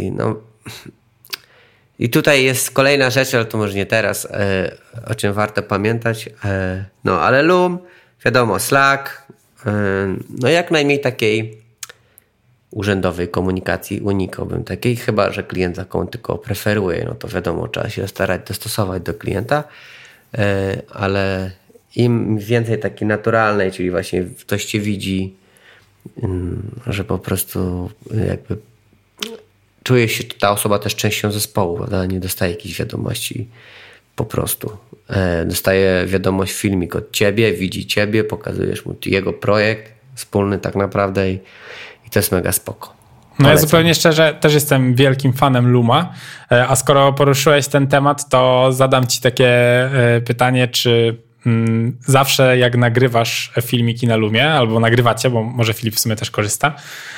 I tutaj jest kolejna rzecz, ale to może nie teraz, o czym warto pamiętać. No ale Loom, wiadomo, Slack, no jak najmniej takiej urzędowej komunikacji unikałbym takiej, chyba że klient taką tylko preferuje, no to wiadomo, trzeba się starać dostosować do klienta, ale im więcej takiej naturalnej, czyli właśnie ktoś cię widzi, że po prostu jakby czuje się, ta osoba też częścią zespołu, prawda? Nie dostaje jakichś wiadomości po prostu. Dostaje wiadomość, filmik od ciebie, widzi ciebie, pokazujesz mu jego projekt wspólny tak naprawdę i to jest mega spoko. No ja zupełnie szczerze też jestem wielkim fanem Luma, a skoro poruszyłeś ten temat, to zadam ci takie pytanie, czy zawsze jak nagrywasz filmiki na Lumie, albo nagrywacie, bo może Filip w sumie też korzysta,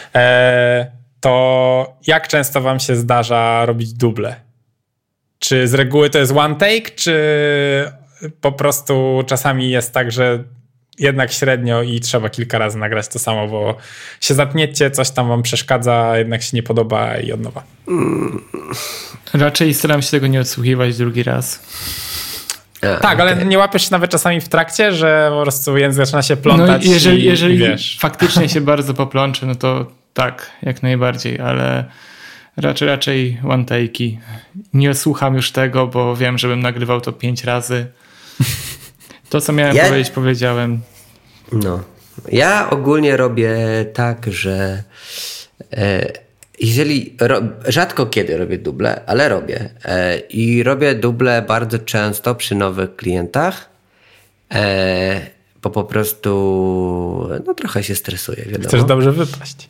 to jak często wam się zdarza robić duble? Czy z reguły to jest one take, czy po prostu czasami jest tak, że jednak średnio i trzeba kilka razy nagrać to samo, bo się zatniecie, coś tam wam przeszkadza, jednak się nie podoba i od nowa? Raczej staram się tego nie odsłuchiwać drugi raz. Tak, ale nie łapiesz się nawet czasami w trakcie, że po prostu język zaczyna się plątać. No jeżeli wiesz. faktycznie się bardzo poplączę, no to tak, jak najbardziej, ale raczej one take'i. Nie słucham już tego, bo wiem, żebym nagrywał to 5 razy. To, co miałem powiedzieć, powiedziałem. No. Ja ogólnie robię tak, że rzadko kiedy robię duble, ale robię. I robię duble bardzo często przy nowych klientach, bo po prostu no trochę się stresuję, wiadomo. Chcesz dobrze wypaść.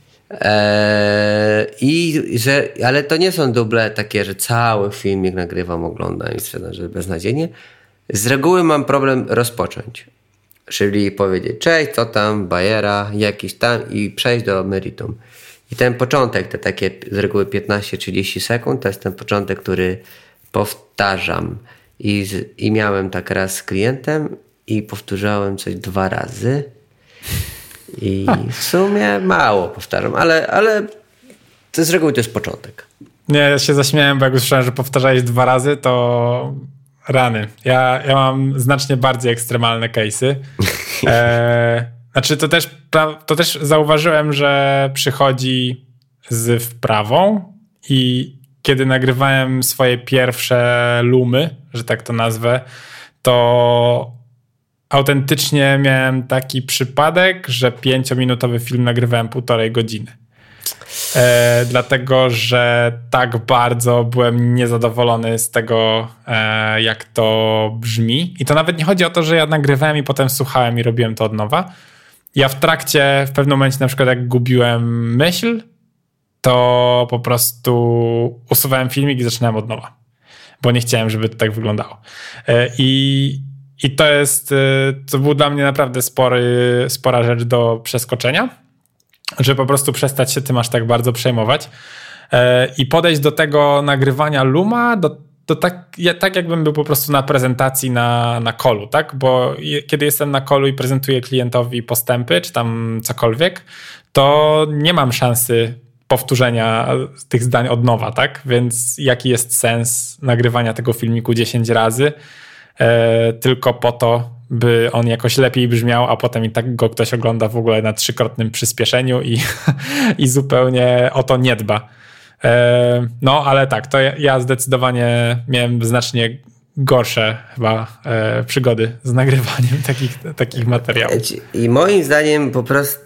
Ale to nie są duble takie, że cały filmik nagrywam, oglądam i stwierdzam, że beznadziejnie. Z reguły mam problem rozpocząć. Czyli powiedzieć cześć, co tam, bajera, jakiś tam i przejść do meritum. I ten początek, te takie z reguły 15-30 sekund, to jest ten początek, który powtarzam. I miałem tak raz z klientem i powtórzałem coś 2 razy. I w sumie mało powtarzam, ale to z reguły to jest początek. Nie, ja się zaśmiałem, bo jak usłyszałem, że powtarzałeś 2 razy, to rany. Ja mam znacznie bardziej ekstremalne case'y. Znaczy to też zauważyłem, że przychodzi z wprawą i kiedy nagrywałem swoje pierwsze Loomy, że tak to nazwę, to autentycznie miałem taki przypadek, że 5-minutowy film nagrywałem 1,5 godziny. Dlatego, że tak bardzo byłem niezadowolony z tego, jak to brzmi. I to nawet nie chodzi o to, że ja nagrywałem i potem słuchałem i robiłem to od nowa. Ja w pewnym momencie na przykład jak gubiłem myśl, to po prostu usuwałem filmik i zaczynałem od nowa. Bo nie chciałem, żeby to tak wyglądało. I to był dla mnie naprawdę spora rzecz do przeskoczenia, żeby po prostu przestać się tym aż tak bardzo przejmować i podejść do tego nagrywania Looma tak jakbym był po prostu na prezentacji na callu, tak? Bo kiedy jestem na callu i prezentuję klientowi postępy, czy tam cokolwiek, to nie mam szansy powtórzenia tych zdań od nowa, tak? Więc jaki jest sens nagrywania tego filmiku 10 razy tylko po to, by on jakoś lepiej brzmiał, a potem i tak go ktoś ogląda w ogóle na 3-krotnym przyspieszeniu i zupełnie o to nie dba. No, ale tak, to ja zdecydowanie miałem znacznie gorsze chyba przygody z nagrywaniem takich materiałów. I moim zdaniem po prostu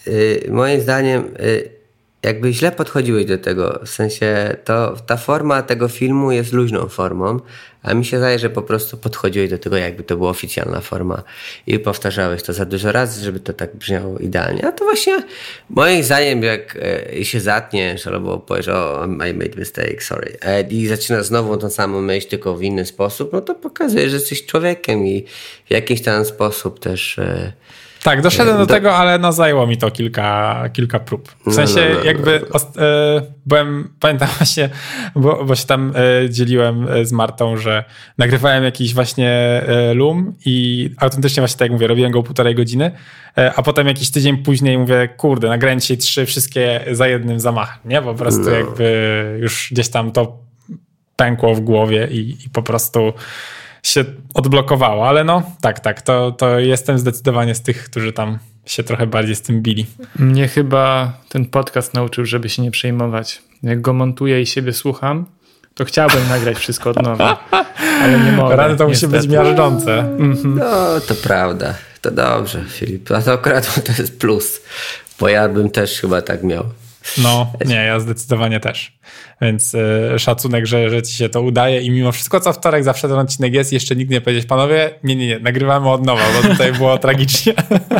jakby źle podchodziłeś do tego, w sensie ta forma tego filmu jest luźną formą, a mi się zdaje, że po prostu podchodziłeś do tego, jakby to była oficjalna forma i powtarzałeś to za dużo razy, żeby to tak brzmiało idealnie. A to właśnie moim zdaniem, jak się zatniesz albo powiesz, I made mistake, sorry, i zaczynasz znowu tą samą myśl, tylko w inny sposób, no to pokazuje, że jesteś człowiekiem i w jakiś tam sposób też... Tak, doszedłem do tego, ale no zajęło mi to kilka prób. W sensie pamiętam właśnie, bo się tam dzieliłem z Martą, że nagrywałem jakiś właśnie Loom i autentycznie właśnie tak jak mówię, robiłem go 1,5 godziny, a potem jakiś tydzień później mówię, kurde, nagrałem dzisiaj 3 wszystkie za jednym zamachem, nie? Po prostu jakby już gdzieś tam to pękło w głowie i po prostu się odblokowało, ale no tak, to jestem zdecydowanie z tych, którzy tam się trochę bardziej z tym bili. Mnie chyba ten podcast nauczył, żeby się nie przejmować. Jak go montuję i siebie słucham, to chciałbym nagrać wszystko od nowa, ale nie mogę. Rany to musi być miażdżące. No, to prawda. To dobrze, Filip. A to akurat to jest plus, bo ja bym też chyba tak miał. No, nie, ja zdecydowanie też. Więc szacunek, że ci się to udaje i mimo wszystko co wtorek zawsze ten odcinek jest, jeszcze nikt nie powiedzieć, panowie, nie, nagrywamy od nowa, bo tutaj było tragicznie.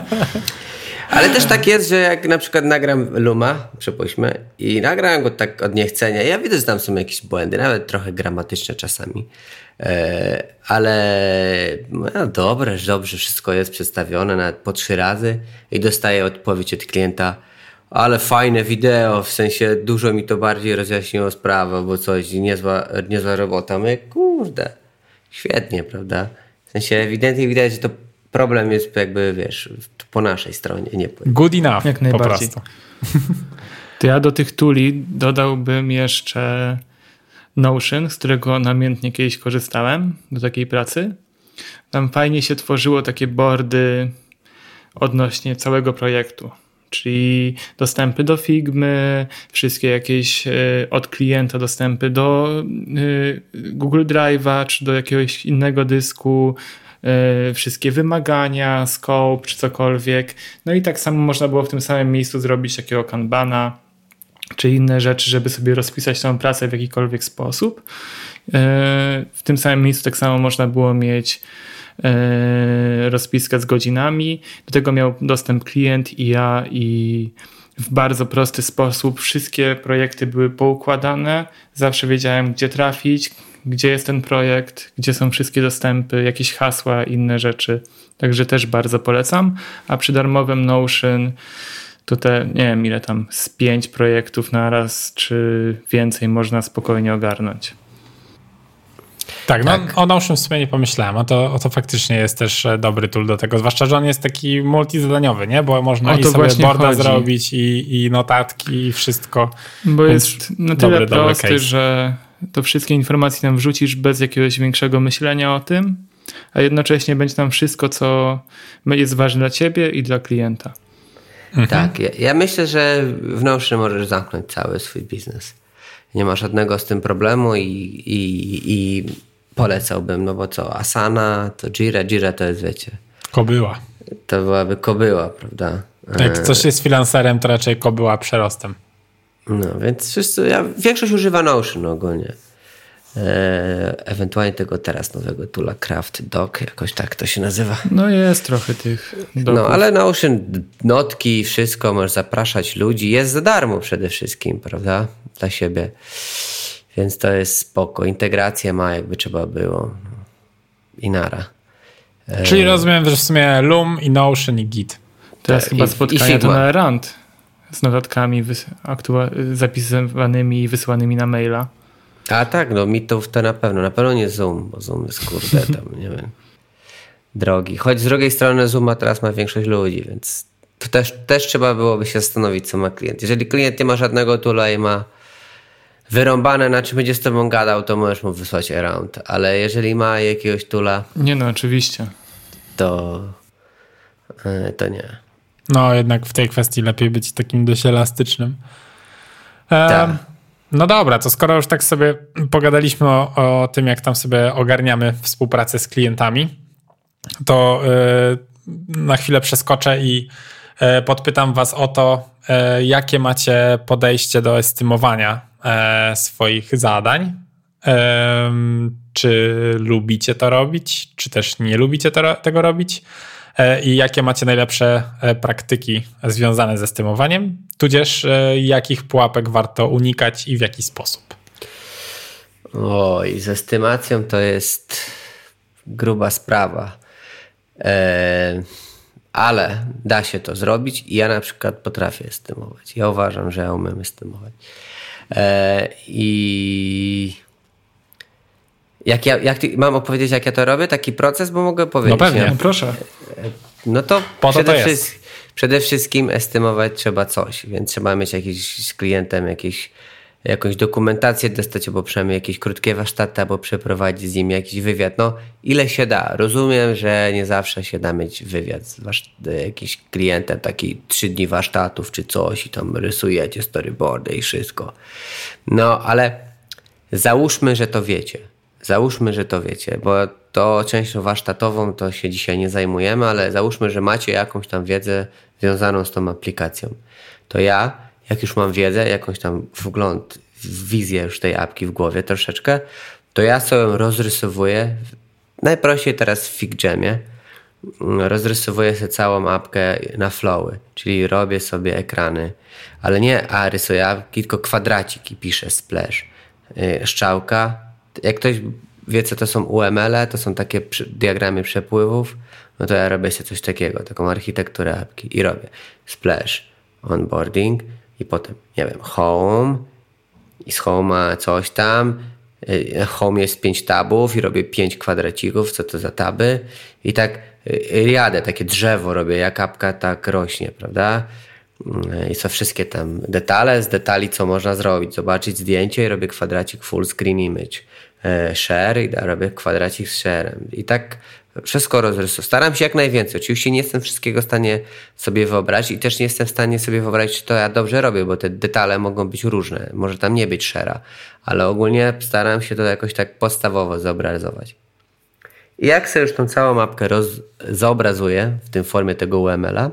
Ale też tak jest, że jak na przykład nagram Luma, przypuśćmy, i nagram go tak od niechcenia, ja widzę, że tam są jakieś błędy, nawet trochę gramatyczne czasami, ale no dobrze, wszystko jest przedstawione nawet po 3 razy i dostaję odpowiedź od klienta, ale fajne wideo, w sensie dużo mi to bardziej rozjaśniło sprawę, bo coś, niezła robota. My, kurde, świetnie, prawda? W sensie ewidentnie widać, że to problem jest jakby, wiesz, po naszej stronie. Nie good enough, jak najbardziej. Po prostu. To ja do tych tuli dodałbym jeszcze Notion, z którego namiętnie kiedyś korzystałem do takiej pracy. Tam fajnie się tworzyło takie boardy odnośnie całego projektu. Czyli dostępy do Figmy, wszystkie jakieś od klienta dostępy do Google Drive'a czy do jakiegoś innego dysku, wszystkie wymagania, scope czy cokolwiek. No i tak samo można było w tym samym miejscu zrobić takiego kanbana czy inne rzeczy, żeby sobie rozpisać tą pracę w jakikolwiek sposób. W tym samym miejscu tak samo można było mieć rozpiskę z godzinami. Do tego miał dostęp klient i ja i w bardzo prosty sposób wszystkie projekty były poukładane. Zawsze wiedziałem, gdzie trafić, gdzie jest ten projekt, gdzie są wszystkie dostępy, jakieś hasła, inne rzeczy. Także też bardzo polecam. A przy darmowym Notion to nie wiem ile tam, z 5 projektów na raz czy więcej można spokojnie ogarnąć. Tak, no o Notion w sumie nie pomyślałem, a to faktycznie jest też dobry tool do tego, zwłaszcza, że on jest taki multizadaniowy, nie? Bo można i sobie boarda zrobić i notatki i wszystko. Bo jest na tyle prosty, że to wszystkie informacje tam wrzucisz bez jakiegoś większego myślenia o tym, a jednocześnie będzie tam wszystko, co jest ważne dla ciebie i dla klienta. Tak, ja myślę, że w Notion możesz zamknąć cały swój biznes. Nie ma żadnego z tym problemu i polecałbym, no bo co, Asana, to Jira to jest, wiecie... Kobyła. To byłaby kobyła, prawda? Jak coś jest freelancerem, to raczej kobyła przerostem. No, więc większość używa Notion ogólnie. Ewentualnie tego teraz nowego toola Craft Doc, jakoś tak to się nazywa. No jest trochę tych doków. No, ale Notion, notki, wszystko, możesz zapraszać ludzi, jest za darmo przede wszystkim, prawda? Dla siebie. Więc to jest spoko. Integracja ma, jakby trzeba było. I nara. Czyli rozumiem, że w sumie Loom i Notion i Git. Teraz chyba spotkania to na Rand z notatkami zapisywanymi i wysyłanymi na maila. A tak, no Meetów to na pewno nie Zoom, bo Zoom jest kurde tam, nie wiem, drogi. Choć z drugiej strony Zooma teraz ma większość ludzi, więc to też trzeba byłoby się zastanowić, co ma klient. Jeżeli klient nie ma żadnego toola i ma wyrąbane, na czym będzie z tobą gadał, to możesz mu wysłać around, ale jeżeli ma jakiegoś toola... Nie no, oczywiście. To nie. No jednak w tej kwestii lepiej być takim dość elastycznym. Tak. No dobra, to skoro już tak sobie pogadaliśmy o tym, jak tam sobie ogarniamy współpracę z klientami, to na chwilę przeskoczę i podpytam was o to, jakie macie podejście do estymowania swoich zadań. Czy lubicie to robić, czy też nie lubicie tego robić i jakie macie najlepsze praktyki związane z estymowaniem, tudzież jakich pułapek warto unikać i w jaki sposób. Oj, z estymacją to jest gruba sprawa, ale da się to zrobić i ja na przykład potrafię estymować. Ja uważam, że ja umiem estymować. I mam opowiedzieć, jak ja to robię? Taki proces, bo mogę powiedzieć. No pewnie, nie? Proszę. No to jest. przede wszystkim estymować trzeba coś, więc trzeba mieć z klientem jakąś dokumentację dostać, albo przynajmniej jakieś krótkie warsztaty, albo przeprowadzić z nim jakiś wywiad. No, ile się da. Rozumiem, że nie zawsze się da mieć wywiad z jakimś klientem, taki 3 dni warsztatów czy coś i tam rysujecie storyboardy i wszystko. No, ale załóżmy, że to wiecie. Bo to częścią warsztatową to się dzisiaj nie zajmujemy, ale załóżmy, że macie jakąś tam wiedzę związaną z tą aplikacją. To ja, jak już mam wiedzę, jakąś tam wgląd, wizję już tej apki w głowie troszeczkę, to ja sobie rozrysowuję, najprościej teraz w FigJamie, rozrysowuję sobie całą apkę na flowy, czyli robię sobie ekrany, ale nie rysuję apki, tylko kwadraciki piszę, splash, strzałka. Jak ktoś wie, co to są UML, to są takie diagramy przepływów, no to ja robię sobie coś takiego, taką architekturę apki i robię splash, onboarding i potem, nie wiem, home i z home'a coś tam, home jest 5 tabów i robię 5 kwadracików, co to za taby i tak jadę, takie drzewo robię, jak apka tak rośnie, prawda? I są wszystkie tam detale, z detali co można zrobić, zobaczyć zdjęcie i robię kwadracik full screen image, share i robię kwadracik z share'em i tak wszystko rozrysuję. Staram się jak najwięcej. Oczywiście nie jestem wszystkiego w stanie sobie wyobrazić i też nie jestem w stanie sobie wyobrazić, czy to ja dobrze robię, bo te detale mogą być różne. Może tam nie być share'a, ale ogólnie staram się to jakoś tak podstawowo zobrazować. I jak sobie już tą całą mapkę zobrazuję w tym formie tego UML-a,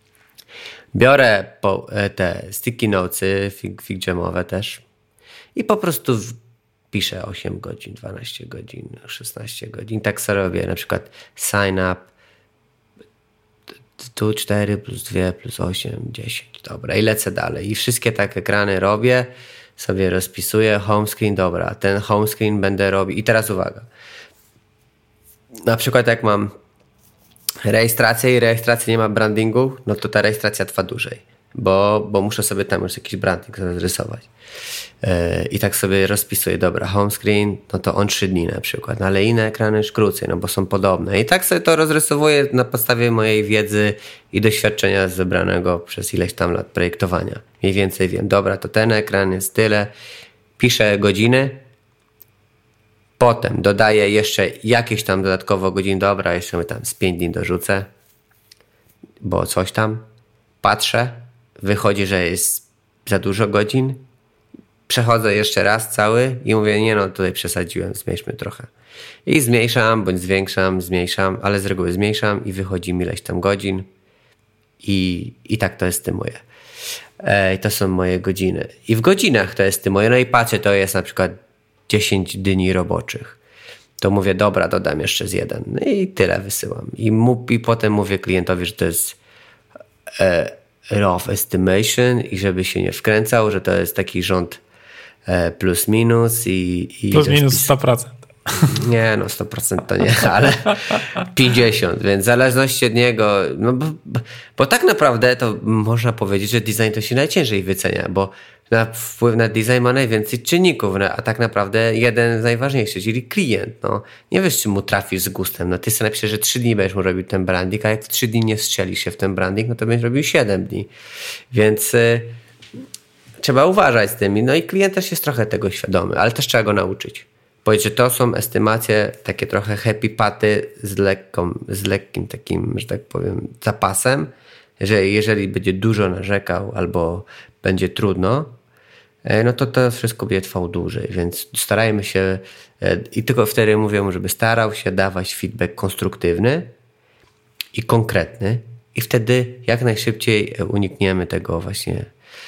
biorę te sticky notesy, FigJamowe też i po prostu piszę 8 godzin, 12 godzin, 16 godzin. Tak sobie robię na przykład sign up, tu 4 plus 2 plus 8, 10. Dobra, i lecę dalej. I wszystkie tak ekrany robię, sobie rozpisuję, home screen, dobra, ten home screen będę robił. I teraz uwaga. Na przykład jak mam rejestrację i rejestracja nie ma brandingu, no to ta rejestracja trwa dłużej, bo muszę sobie tam już jakiś branding rozrysować. I tak sobie rozpisuję, dobra, home screen, no to on 3 dni na przykład, no ale inne ekrany już krócej, no bo są podobne. I tak sobie to rozrysowuję na podstawie mojej wiedzy i doświadczenia zebranego przez ileś tam lat projektowania. Mniej więcej wiem, dobra, to ten ekran jest tyle, piszę godziny, potem dodaję jeszcze jakieś tam dodatkowo godzin, dobra, jeszcze tam z 5 dni dorzucę, bo coś tam, patrzę, wychodzi, że jest za dużo godzin, przechodzę jeszcze raz cały i mówię, nie no, tutaj przesadziłem, zmniejszmy trochę. I zmniejszam, bądź zmniejszam, ale z reguły zmniejszam i wychodzi mi ileś tam godzin i tak to estymuję. To są moje godziny. I w godzinach to estymuję, no i patrzę, to jest na przykład 10 dni roboczych. To mówię, dobra, dodam jeszcze z 1. No i tyle wysyłam. I potem mówię klientowi, że to jest rough estimation i żeby się nie wkręcał, że to jest taki rząd plus minus i plus minus 100%. Nie, no 100% to nie, ale 50%, więc w zależności od niego, no bo tak naprawdę to można powiedzieć, że design to się najciężej wycenia, bo wpływ na design ma najwięcej czynników, a tak naprawdę jeden z najważniejszych, czyli klient. No. Nie wiesz, czy mu trafisz z gustem. No, ty sobie napiszesz, że 3 dni będziesz mu robił ten branding, a jak w 3 dni nie strzelisz się w ten branding, no to będziesz robił 7 dni. Więc trzeba uważać z tym. No i klient też jest trochę tego świadomy, ale też trzeba go nauczyć. Powiedzieć, że to są estymacje, takie trochę happy paty z lekkim takim, że tak powiem, zapasem, że jeżeli będzie dużo narzekał albo będzie trudno, no to wszystko będzie trwało dłużej, więc starajmy się i tylko wtedy mówię mu, żeby starał się dawać feedback konstruktywny i konkretny i wtedy jak najszybciej unikniemy tego właśnie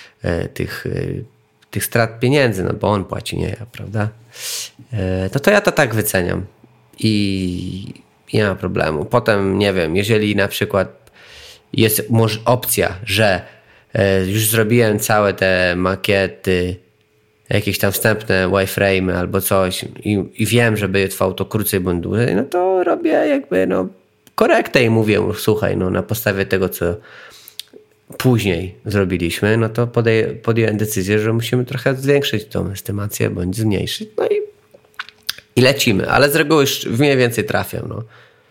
tych strat pieniędzy, no bo on płaci, nie ja, prawda? To ja to tak wyceniam i nie ma problemu. Potem, nie wiem, jeżeli na przykład jest opcja, że już zrobiłem całe te makiety, jakieś tam wstępne wireframe'y albo coś i wiem, że będzie trwało to krócej bądź dłużej, no to robię jakby korektę i mówię, słuchaj, na podstawie tego, co później zrobiliśmy, no to podjąłem decyzję, że musimy trochę zwiększyć tą estymację bądź zmniejszyć, no i lecimy, ale z reguły już mniej więcej trafiam, no.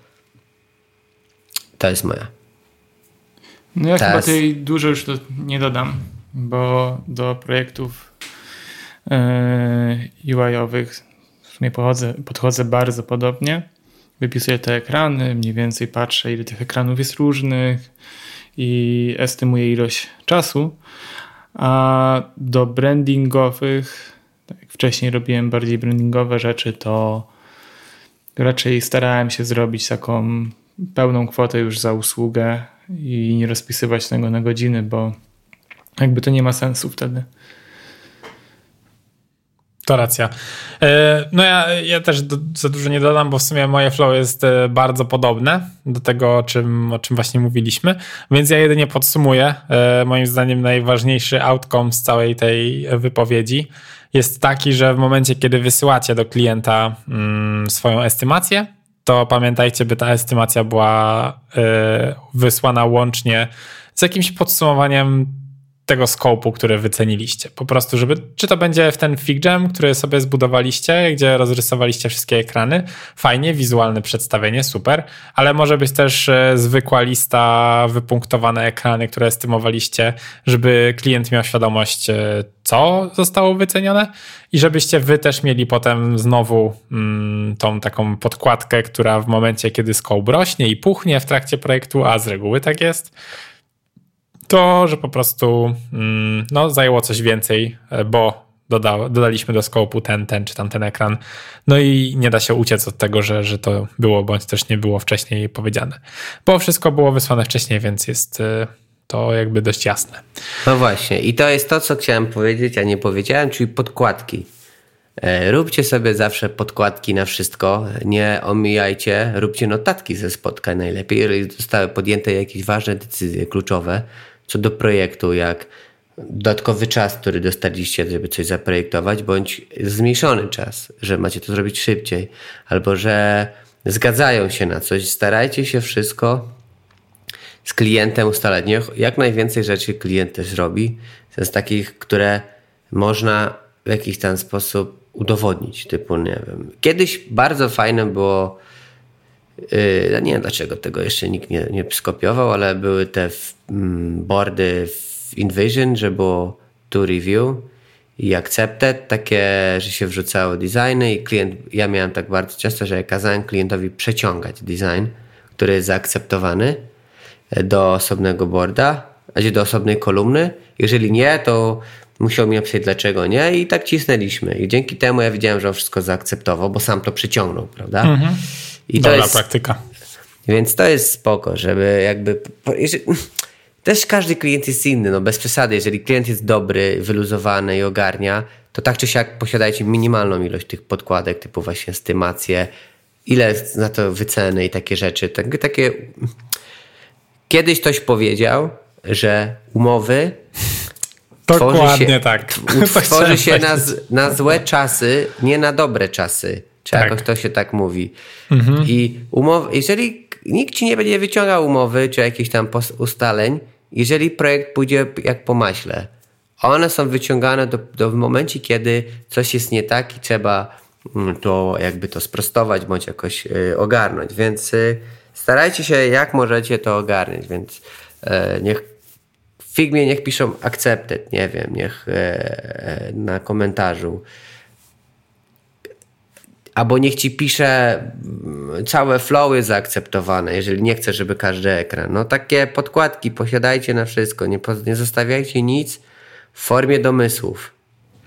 To jest moja. No ja chyba tej dużo już nie dodam, bo do projektów UI-owych w sumie podchodzę bardzo podobnie. Wypisuję te ekrany, mniej więcej patrzę, ile tych ekranów jest różnych i estymuję ilość czasu. A do brandingowych, tak jak wcześniej robiłem bardziej brandingowe rzeczy, to raczej starałem się zrobić taką pełną kwotę już za usługę i nie rozpisywać tego na godziny, bo jakby to nie ma sensu wtedy. To racja. No ja też za dużo nie dodam, bo w sumie moje flow jest bardzo podobne do tego, o czym właśnie mówiliśmy, więc ja jedynie podsumuję. Moim zdaniem najważniejszy outcome z całej tej wypowiedzi jest taki, że w momencie, kiedy wysyłacie do klienta swoją estymację, to pamiętajcie, by ta estymacja była wysłana łącznie z jakimś podsumowaniem tego scope'u, który wyceniliście. Po prostu, czy to będzie w ten FigJam, który sobie zbudowaliście, gdzie rozrysowaliście wszystkie ekrany, fajnie, wizualne przedstawienie, super, ale może być też zwykła lista, wypunktowane ekrany, które estymowaliście, żeby klient miał świadomość, co zostało wycenione i żebyście wy też mieli potem znowu tą taką podkładkę, która w momencie, kiedy scope rośnie i puchnie w trakcie projektu, a z reguły tak jest, to, że po prostu zajęło coś więcej, bo dodaliśmy do scope'u ten czy tamten ekran. No i nie da się uciec od tego, że to było bądź też nie było wcześniej powiedziane. Bo wszystko było wysłane wcześniej, więc jest to jakby dość jasne. No właśnie i to jest to, co chciałem powiedzieć, a nie powiedziałem, czyli podkładki. Róbcie sobie zawsze podkładki na wszystko, nie omijajcie, róbcie notatki ze spotkań najlepiej, jeżeli zostały podjęte jakieś ważne decyzje kluczowe co do projektu, jak dodatkowy czas, który dostaliście, żeby coś zaprojektować, bądź zmniejszony czas, że macie to zrobić szybciej, albo że zgadzają się na coś. Starajcie się wszystko z klientem ustalać. Jak najwięcej rzeczy klient też robi, z takich, które można w jakiś tam sposób udowodnić, typu, nie wiem. Kiedyś bardzo fajne było, nie wiem dlaczego tego jeszcze nikt nie skopiował, ale były te boardy w InVision, że było to review i accepted, takie, że się wrzucało designy i ja miałem tak bardzo często, że ja kazałem klientowi przeciągać design, który jest zaakceptowany do osobnego boarda, do osobnej kolumny. Jeżeli nie, to musiał mi napisać dlaczego nie i tak cisnęliśmy. I dzięki temu ja widziałem, że on wszystko zaakceptował, bo sam to przyciągnął, prawda? Mhm. I dobra praktyka. Więc to jest spoko, żeby jakby... Też każdy klient jest inny, bez przesady. Jeżeli klient jest dobry, wyluzowany i ogarnia, to tak czy siak posiadajcie minimalną ilość tych podkładek, typu właśnie estymacje, ile na to wyceny i takie rzeczy. Takie... Kiedyś ktoś powiedział, że umowy tworzy się na złe czasy, nie na dobre czasy. Czy jakoś to się tak mówi. Mhm. I jeżeli nikt ci nie będzie wyciągał umowy, czy jakichś tam ustaleń, jeżeli projekt pójdzie jak po maśle, one są wyciągane w momencie, kiedy coś jest nie tak i trzeba to jakby to sprostować, bądź jakoś ogarnąć. Więc starajcie się jak możecie to ogarnąć, więc w Figmie niech piszą accepted, nie wiem, niech na komentarzu. Albo niech ci pisze całe flow jest zaakceptowane, jeżeli nie chcesz, żeby każdy ekran. Takie podkładki posiadajcie na wszystko, nie zostawiajcie nic w formie domysłów.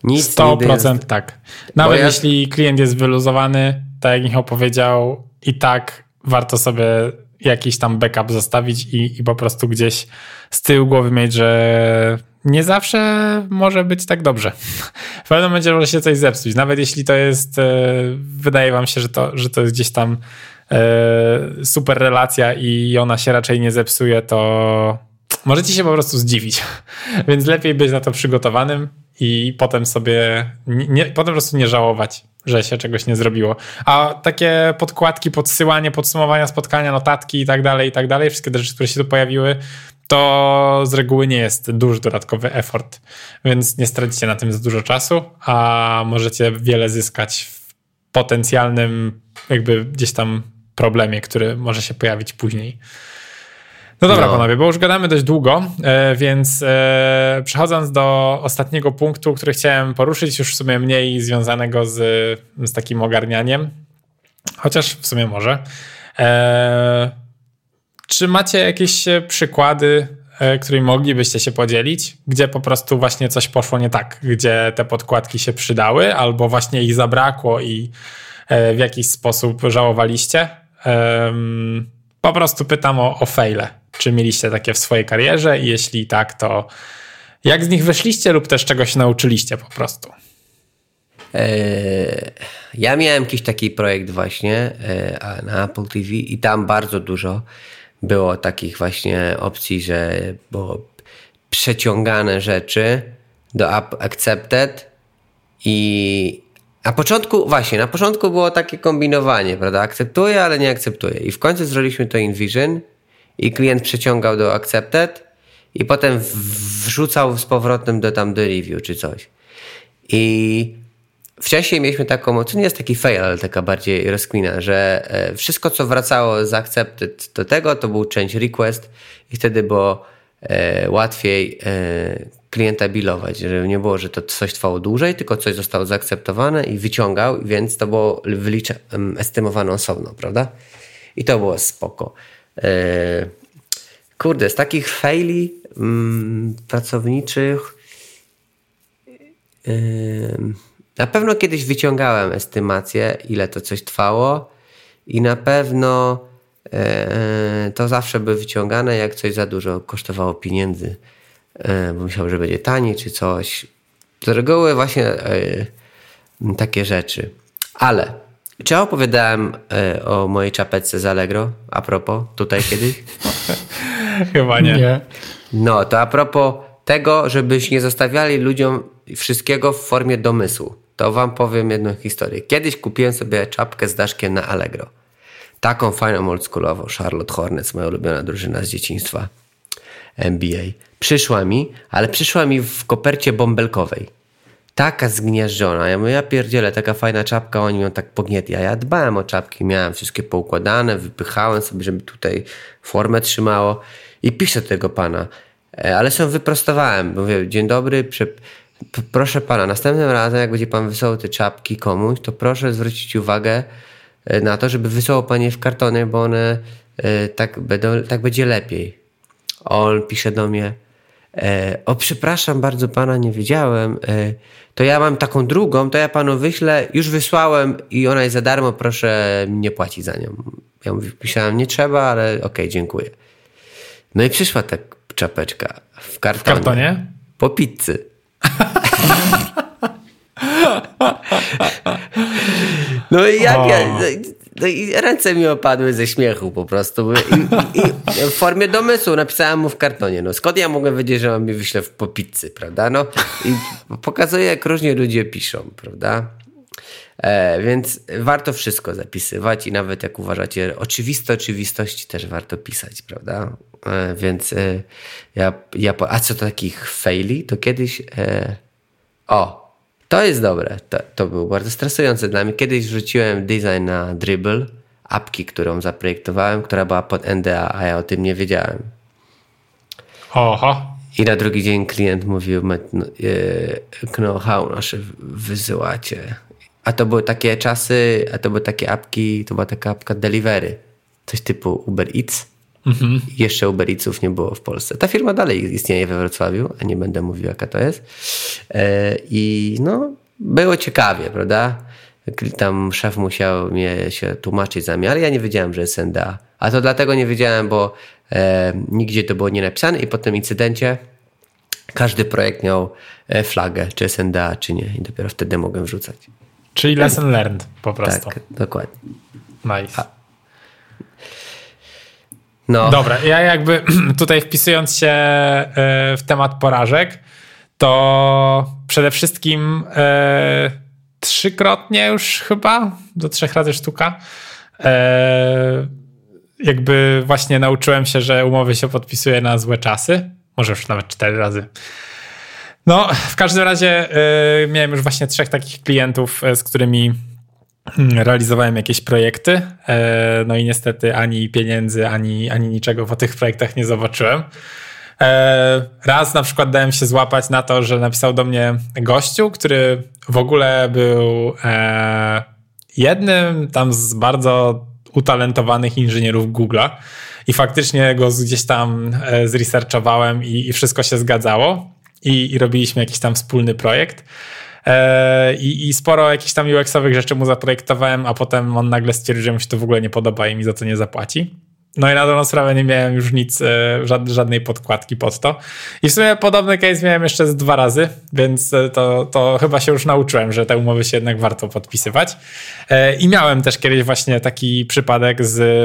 Nic 100% tak. Nawet jeśli klient jest wyluzowany, tak jak Michał powiedział, i tak warto sobie jakiś tam backup zostawić i po prostu gdzieś z tyłu głowy mieć, że nie zawsze może być tak dobrze. W pewnym momencie może się coś zepsuć. Nawet jeśli to jest, wydaje wam się, że to jest gdzieś tam super relacja i ona się raczej nie zepsuje, to możecie się po prostu zdziwić. Więc lepiej być na to przygotowanym i potem sobie, potem po prostu nie żałować, że się czegoś nie zrobiło. A takie podkładki, podsyłanie, podsumowania spotkania, notatki i tak dalej, wszystkie te rzeczy, które się tu pojawiły, to z reguły nie jest duży dodatkowy effort, więc nie stracicie na tym za dużo czasu, a możecie wiele zyskać w potencjalnym jakby gdzieś tam problemie, który może się pojawić później. No dobra, panowie, bo już gadamy dość długo, więc przechodząc do ostatniego punktu, który chciałem poruszyć, już w sumie mniej związanego z takim ogarnianiem, chociaż w sumie może. Czy macie jakieś przykłady, którymi moglibyście się podzielić, gdzie po prostu właśnie coś poszło nie tak, gdzie te podkładki się przydały, albo właśnie ich zabrakło i w jakiś sposób żałowaliście? Po prostu pytam o faile. Czy mieliście takie w swojej karierze i jeśli tak, to jak z nich wyszliście lub też czegoś nauczyliście po prostu? Ja miałem jakiś taki projekt właśnie na Apple TV i tam bardzo dużo było takich właśnie opcji, że było przeciągane rzeczy do accepted i na początku było takie kombinowanie, prawda? Akceptuję, ale nie akceptuję. I w końcu zrobiliśmy to in Vision i klient przeciągał do accepted i potem wrzucał z powrotem do review czy coś. I wcześniej mieliśmy taką, to nie jest taki fail, ale taka bardziej rozkmina, że wszystko, co wracało z accepted do tego, to był change request i wtedy było łatwiej klienta billować, żeby nie było, że to coś trwało dłużej, tylko coś zostało zaakceptowane i wyciągał, więc to było estymowane osobno, prawda? I to było spoko. Kurde, z takich faili pracowniczych na pewno kiedyś wyciągałem estymację, ile to coś trwało i na pewno to zawsze były wyciągane, jak coś za dużo kosztowało pieniędzy, bo myślałem, że będzie taniej czy coś. Z reguły właśnie takie rzeczy. Ale czy ja opowiadałem o mojej czapeczce z Allegro? A propos, tutaj kiedyś? Chyba nie. No, to a propos tego, żebyś nie zostawiali ludziom wszystkiego w formie domysłu. To wam powiem jedną historię. Kiedyś kupiłem sobie czapkę z daszkiem na Allegro. Taką fajną, oldschoolową. Charlotte Hornets, moja ulubiona drużyna z dzieciństwa. NBA. Przyszła mi w kopercie bąbelkowej. Taka zgniażdżona. Ja mówię, ja pierdzielę, taka fajna czapka, oni ją tak pognietli. A ja dbałem o czapki, miałem wszystkie poukładane, wypychałem sobie, żeby tutaj formę trzymało. I piszę do tego pana. Ale się wyprostowałem. Mówię, dzień dobry, proszę pana, następnym razem, jak będzie pan wysyłał te czapki komuś, to proszę zwrócić uwagę na to, żeby wysłał pan je w kartonie, bo one tak będzie lepiej. On pisze do mnie, przepraszam bardzo pana, nie wiedziałem, to ja mam taką drugą, to ja panu wyślę, już wysłałem i ona jest za darmo, proszę nie płacić za nią. Ja pisałem, nie trzeba, ale okej, dziękuję. No i przyszła ta czapeczka w kartonie. W kartonie? Po pizzy. No i i ręce mi opadły ze śmiechu po prostu. I w formie domysłu napisałem mu w kartonie. No skąd ja mogę wiedzieć, że on mi wyśle po pizzy, prawda? No i pokazuję, jak różnie ludzie piszą, prawda? Więc warto wszystko zapisywać i nawet jak uważacie oczywiste oczywistości też warto pisać, prawda? Więc a co do takich faili, to kiedyś to jest dobre. To było bardzo stresujące dla mnie. Kiedyś wrzuciłem design na Dribbble, apki, którą zaprojektowałem, która była pod NDA, a ja o tym nie wiedziałem. Oho. I na drugi dzień klient mówił, know-how nasze wysyłacie. A to były takie czasy, to były taka apka Delivery. Coś typu Uber Eats. Jeszcze Uber Eatsów nie było w Polsce. Ta firma dalej istnieje we Wrocławiu, a nie będę mówił, jaka to jest. I no, było ciekawie, prawda? Tam szef musiał mnie się tłumaczyć za mnie, ale ja nie wiedziałem, że jest NDA. A to dlatego nie wiedziałem, bo nigdzie to było nie napisane i po tym incydencie każdy projekt miał flagę, czy jest NDA, czy nie. I dopiero wtedy mogłem wrzucać. Czyli lesson learned po prostu. Tak, dokładnie. Nice. No. Dobra, ja jakby tutaj wpisując się w temat porażek, to przede wszystkim 3-krotnie już chyba, do 3 razy sztuka, jakby właśnie nauczyłem się, że umowy się podpisuje na złe czasy. Może już nawet 4 razy. No, w każdym razie miałem już właśnie 3 takich klientów, z którymi realizowałem jakieś projekty. No i niestety ani pieniędzy, ani niczego po tych projektach nie zobaczyłem. Raz na przykład dałem się złapać na to, że napisał do mnie gościu, który w ogóle był jednym tam z bardzo utalentowanych inżynierów Google'a i faktycznie go gdzieś tam zresearchowałem i wszystko się zgadzało i robiliśmy jakiś tam wspólny projekt. I sporo jakichś tam UX-owych rzeczy mu zaprojektowałem, a potem on nagle stwierdził, że mu się to w ogóle nie podoba i mi za to nie zapłaci. No i na dobrą sprawę nie miałem już nic, żadnej podkładki pod to. I w sumie podobny case miałem jeszcze z 2 razy, więc to chyba się już nauczyłem, że te umowy się jednak warto podpisywać. I miałem też kiedyś właśnie taki przypadek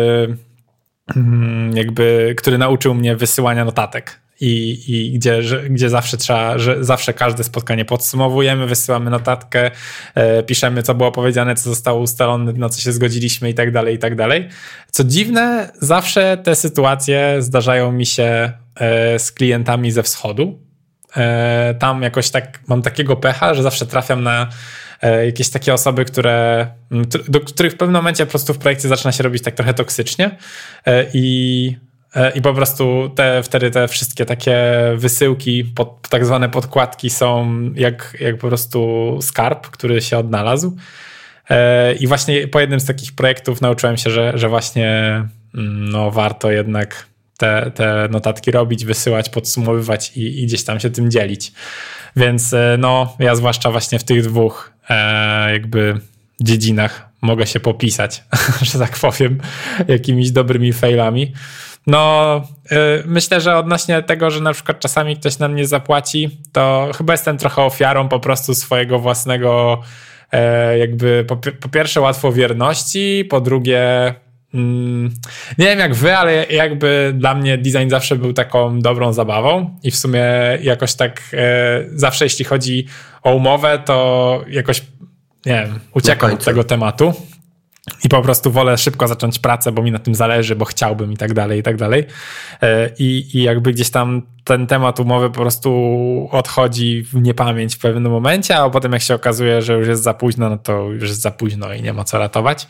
który nauczył mnie wysyłania notatek. I gdzie zawsze trzeba, że zawsze każde spotkanie podsumowujemy, wysyłamy notatkę, piszemy, co było powiedziane, co zostało ustalone, na co się zgodziliśmy i tak dalej, i tak dalej. Co dziwne, zawsze te sytuacje zdarzają mi się z klientami ze wschodu. Tam jakoś tak mam takiego pecha, że zawsze trafiam na jakieś takie osoby, do których w pewnym momencie po prostu w projekcie zaczyna się robić tak trochę toksycznie i po prostu wtedy te wszystkie takie wysyłki, tak zwane podkładki są jak po prostu skarb, który się odnalazł. I właśnie po jednym z takich projektów nauczyłem się, że właśnie no, warto jednak te notatki robić, wysyłać, podsumowywać i gdzieś tam się tym dzielić. Więc no, ja zwłaszcza właśnie w tych 2 jakby dziedzinach mogę się popisać, że tak powiem, jakimiś dobrymi failami. No, myślę, że odnośnie tego, że na przykład czasami ktoś nam nie zapłaci, to chyba jestem trochę ofiarą po prostu swojego własnego jakby po pierwsze łatwowierności, po drugie nie wiem jak wy, ale jakby dla mnie design zawsze był taką dobrą zabawą i w sumie jakoś tak zawsze jeśli chodzi o umowę, to jakoś nie wiem, uciekam od tego tematu. I po prostu wolę szybko zacząć pracę, bo mi na tym zależy, bo chciałbym i tak dalej, i tak dalej. I jakby gdzieś tam ten temat umowy po prostu odchodzi w niepamięć w pewnym momencie, a potem jak się okazuje, że już jest za późno, no to już jest za późno i nie ma co ratować.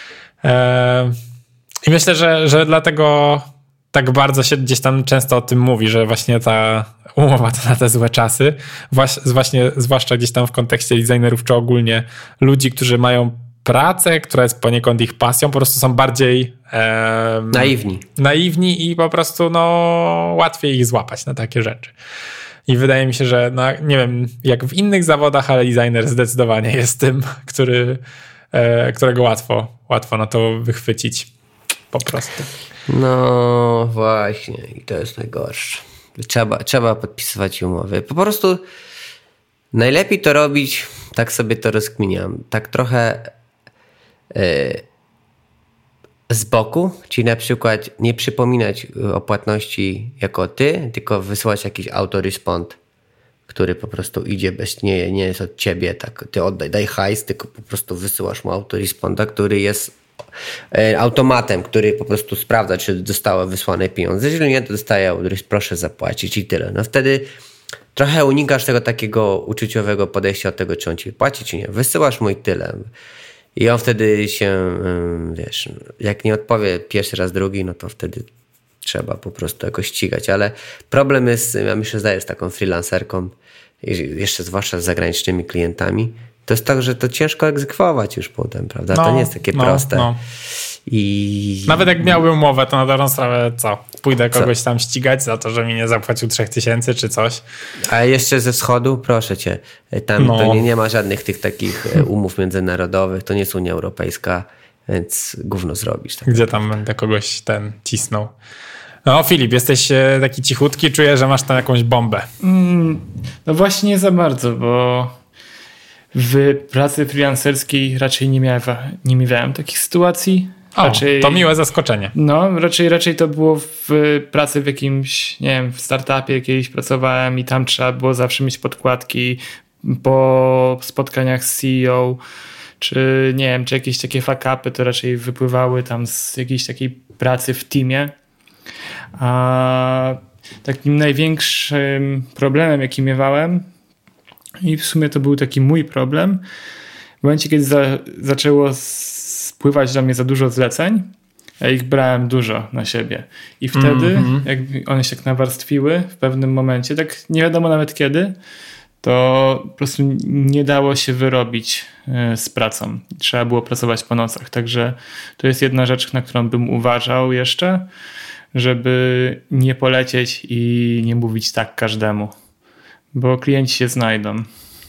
I myślę, że dlatego tak bardzo się gdzieś tam często o tym mówi, że właśnie ta umowa to na te złe czasy, właśnie zwłaszcza gdzieś tam w kontekście designerów, czy ogólnie ludzi, którzy mają pracę, która jest poniekąd ich pasją, po prostu są bardziej naiwni i po prostu no, łatwiej ich złapać na takie rzeczy. I wydaje mi się, że no, nie wiem, jak w innych zawodach, ale designer zdecydowanie jest tym, którego łatwo na to wychwycić po prostu. No właśnie, i to jest najgorsze. Trzeba podpisywać umowy. Po prostu najlepiej to robić, tak sobie to rozkminiam, tak trochę z boku, czyli na przykład nie przypominać o płatności jako ty, tylko wysyłać jakiś autorespond, który po prostu idzie nie jest od ciebie, tak ty daj hajs, tylko po prostu wysyłasz mu autoresponda, który jest automatem, który po prostu sprawdza, czy zostały wysłane pieniądze. Jeżeli nie, to dostaje proszę zapłacić i tyle. No wtedy trochę unikasz tego takiego uczuciowego podejścia od tego, czy on ci płaci, czy nie. Wysyłasz mu i tyle. I on wtedy się, wiesz, jak nie odpowie pierwszy raz, drugi, no to wtedy trzeba po prostu jakoś ścigać. Ale problem jest, ja myślę, zdaję z taką freelancerką, jeszcze zwłaszcza z zagranicznymi klientami, to jest tak, że to ciężko egzekwować już potem, prawda? To nie jest takie proste. I... Nawet jak miałbym umowę, to na dobrą sprawę pójdę kogoś tam ścigać za to, że mi nie zapłacił 3000 czy coś. A jeszcze ze wschodu, proszę cię, tam pewnie nie ma żadnych tych takich umów międzynarodowych, to nie jest Unia Europejska, więc gówno zrobisz. Tak. Gdzie tam będę kogoś cisnął. No Filip, jesteś taki cichutki, czuję, że masz tam jakąś bombę. No właśnie nie za bardzo, bo w pracy freelancerskiej raczej nie miałem takich sytuacji. Raczej, to miłe zaskoczenie. No, raczej to było w pracy w jakimś, nie wiem, w startupie kiedyś pracowałem i tam trzeba było zawsze mieć podkładki po spotkaniach z CEO, czy nie wiem, czy jakieś takie fuck-upy to raczej wypływały tam z jakiejś takiej pracy w teamie. A takim największym problemem, jaki miewałem, i w sumie to był taki mój problem, w momencie, kiedy zaczęło spływać do mnie za dużo zleceń, ja ich brałem dużo na siebie. I wtedy, jak one się tak nawarstwiły w pewnym momencie, tak nie wiadomo nawet kiedy, to po prostu nie dało się wyrobić z pracą. Trzeba było pracować po nocach. Także to jest jedna rzecz, na którą bym uważał jeszcze, żeby nie polecieć i nie mówić tak każdemu. Bo klienci się znajdą.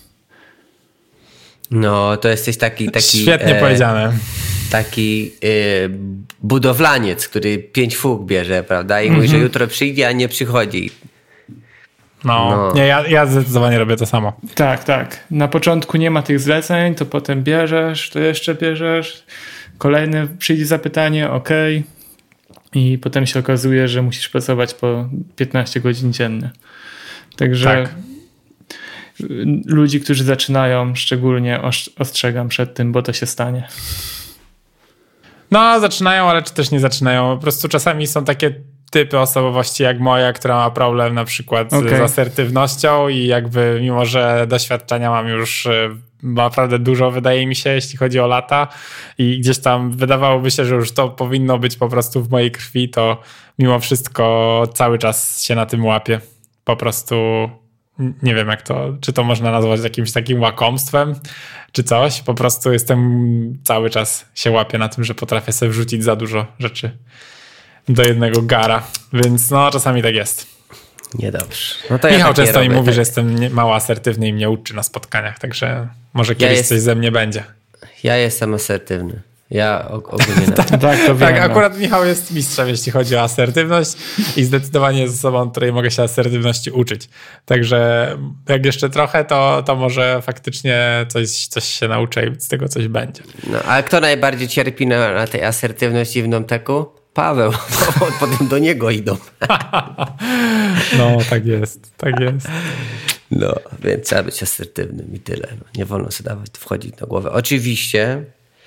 No, to jesteś taki świetnie powiedziane. Taki budowlaniec, który 5 fug bierze, prawda? I mówi, że jutro przyjdzie, a nie przychodzi. No. Nie, ja zdecydowanie robię to samo. Tak. Na początku nie ma tych zleceń, to potem bierzesz, to jeszcze bierzesz. Kolejne przyjdzie zapytanie, okej. I potem się okazuje, że musisz pracować po 15 godzin dziennie. Także ludzi, którzy zaczynają, szczególnie ostrzegam przed tym, bo to się stanie. No, zaczynają, ale czy też nie zaczynają. Po prostu czasami są takie typy osobowości jak moja, która ma problem na przykład z asertywnością i jakby mimo, że doświadczenia mam już naprawdę dużo, wydaje mi się, jeśli chodzi o lata i gdzieś tam wydawałoby się, że już to powinno być po prostu w mojej krwi, to mimo wszystko cały czas się na tym łapię. Po prostu nie wiem czy to można nazwać jakimś takim łakomstwem, czy coś. Po prostu cały czas się łapię na tym, że potrafię sobie wrzucić za dużo rzeczy do jednego gara, więc no czasami tak jest. Niedobrze. No to Michał często mi mówi, że jestem mało asertywny i mnie uczy na spotkaniach, także może kiedyś coś ze mnie będzie. Ja jestem asertywny. Ja ogólnie tak, akurat Michał jest mistrzem, jeśli chodzi o asertywność i zdecydowanie jest osobą, której mogę się asertywności uczyć. Także jak jeszcze trochę, to może faktycznie coś się nauczę i z tego coś będzie. No, a kto najbardziej cierpi na tej asertywności w Nomteku? Paweł, bo potem do niego idą. No, tak jest. No, więc trzeba być asertywnym i tyle. No, nie wolno sobie wchodzić na głowę. Oczywiście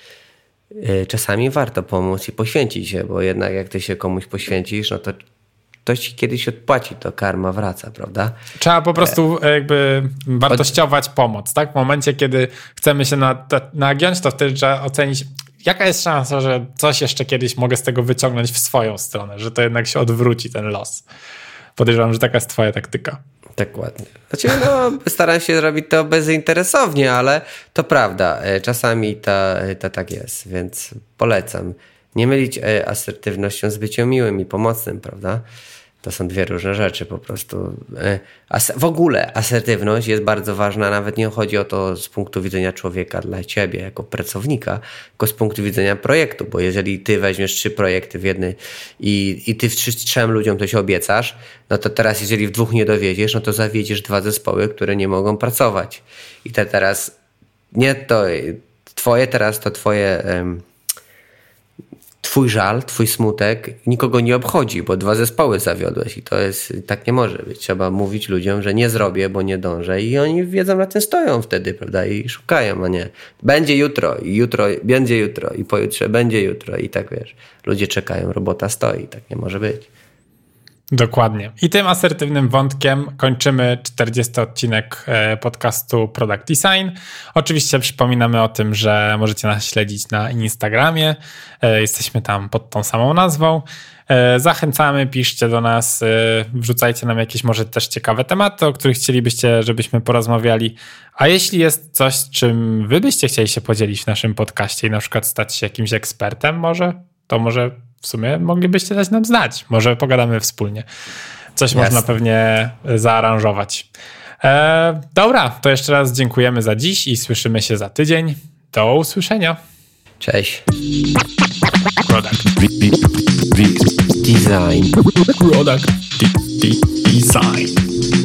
czasami warto pomóc i poświęcić się, bo jednak jak ty się komuś poświęcisz, no to ktoś ci kiedyś odpłaci, to karma wraca, prawda? Trzeba po prostu jakby wartościować pomoc, tak? W momencie, kiedy chcemy się nagiąć, to wtedy trzeba ocenić, jaka jest szansa, że coś jeszcze kiedyś mogę z tego wyciągnąć w swoją stronę, że to jednak się odwróci ten los. Podejrzewam, że taka jest twoja taktyka. Dokładnie. Znaczy, staram się robić to bezinteresownie, ale to prawda. Czasami to tak jest, więc polecam. Nie mylić asertywnością z byciem miłym i pomocnym, prawda? To są dwie różne rzeczy po prostu. W ogóle asertywność jest bardzo ważna, nawet nie chodzi o to z punktu widzenia człowieka dla ciebie jako pracownika, tylko z punktu widzenia projektu, bo jeżeli ty weźmiesz 3 projekty w jednej i ty 3 ludziom coś obiecasz, no to teraz jeżeli w 2 nie dowiedziesz, no to zawiedziesz 2 zespoły, które nie mogą pracować. I to teraz nie to twoje, teraz to twoje... Twój żal, twój smutek nikogo nie obchodzi, bo 2 zespoły zawiodłeś i to jest, tak nie może być. Trzeba mówić ludziom, że nie zrobię, bo nie dążę i oni wiedzą, na tym stoją wtedy, prawda, i szukają, a nie będzie jutro i jutro będzie jutro i pojutrze będzie jutro i tak wiesz, ludzie czekają, robota stoi, tak nie może być. Dokładnie. I tym asertywnym wątkiem kończymy 40. odcinek podcastu Product Design. Oczywiście przypominamy o tym, że możecie nas śledzić na Instagramie. Jesteśmy tam pod tą samą nazwą. Zachęcamy, piszcie do nas, wrzucajcie nam jakieś może też ciekawe tematy, o których chcielibyście, żebyśmy porozmawiali. A jeśli jest coś, czym wy byście chcieli się podzielić w naszym podcaście i na przykład stać się jakimś ekspertem może, to może w sumie moglibyście dać nam znać. Może pogadamy wspólnie. Coś można pewnie zaaranżować. Dobra, to jeszcze raz dziękujemy za dziś i słyszymy się za tydzień. Do usłyszenia. Cześć. Product Design. Product Design.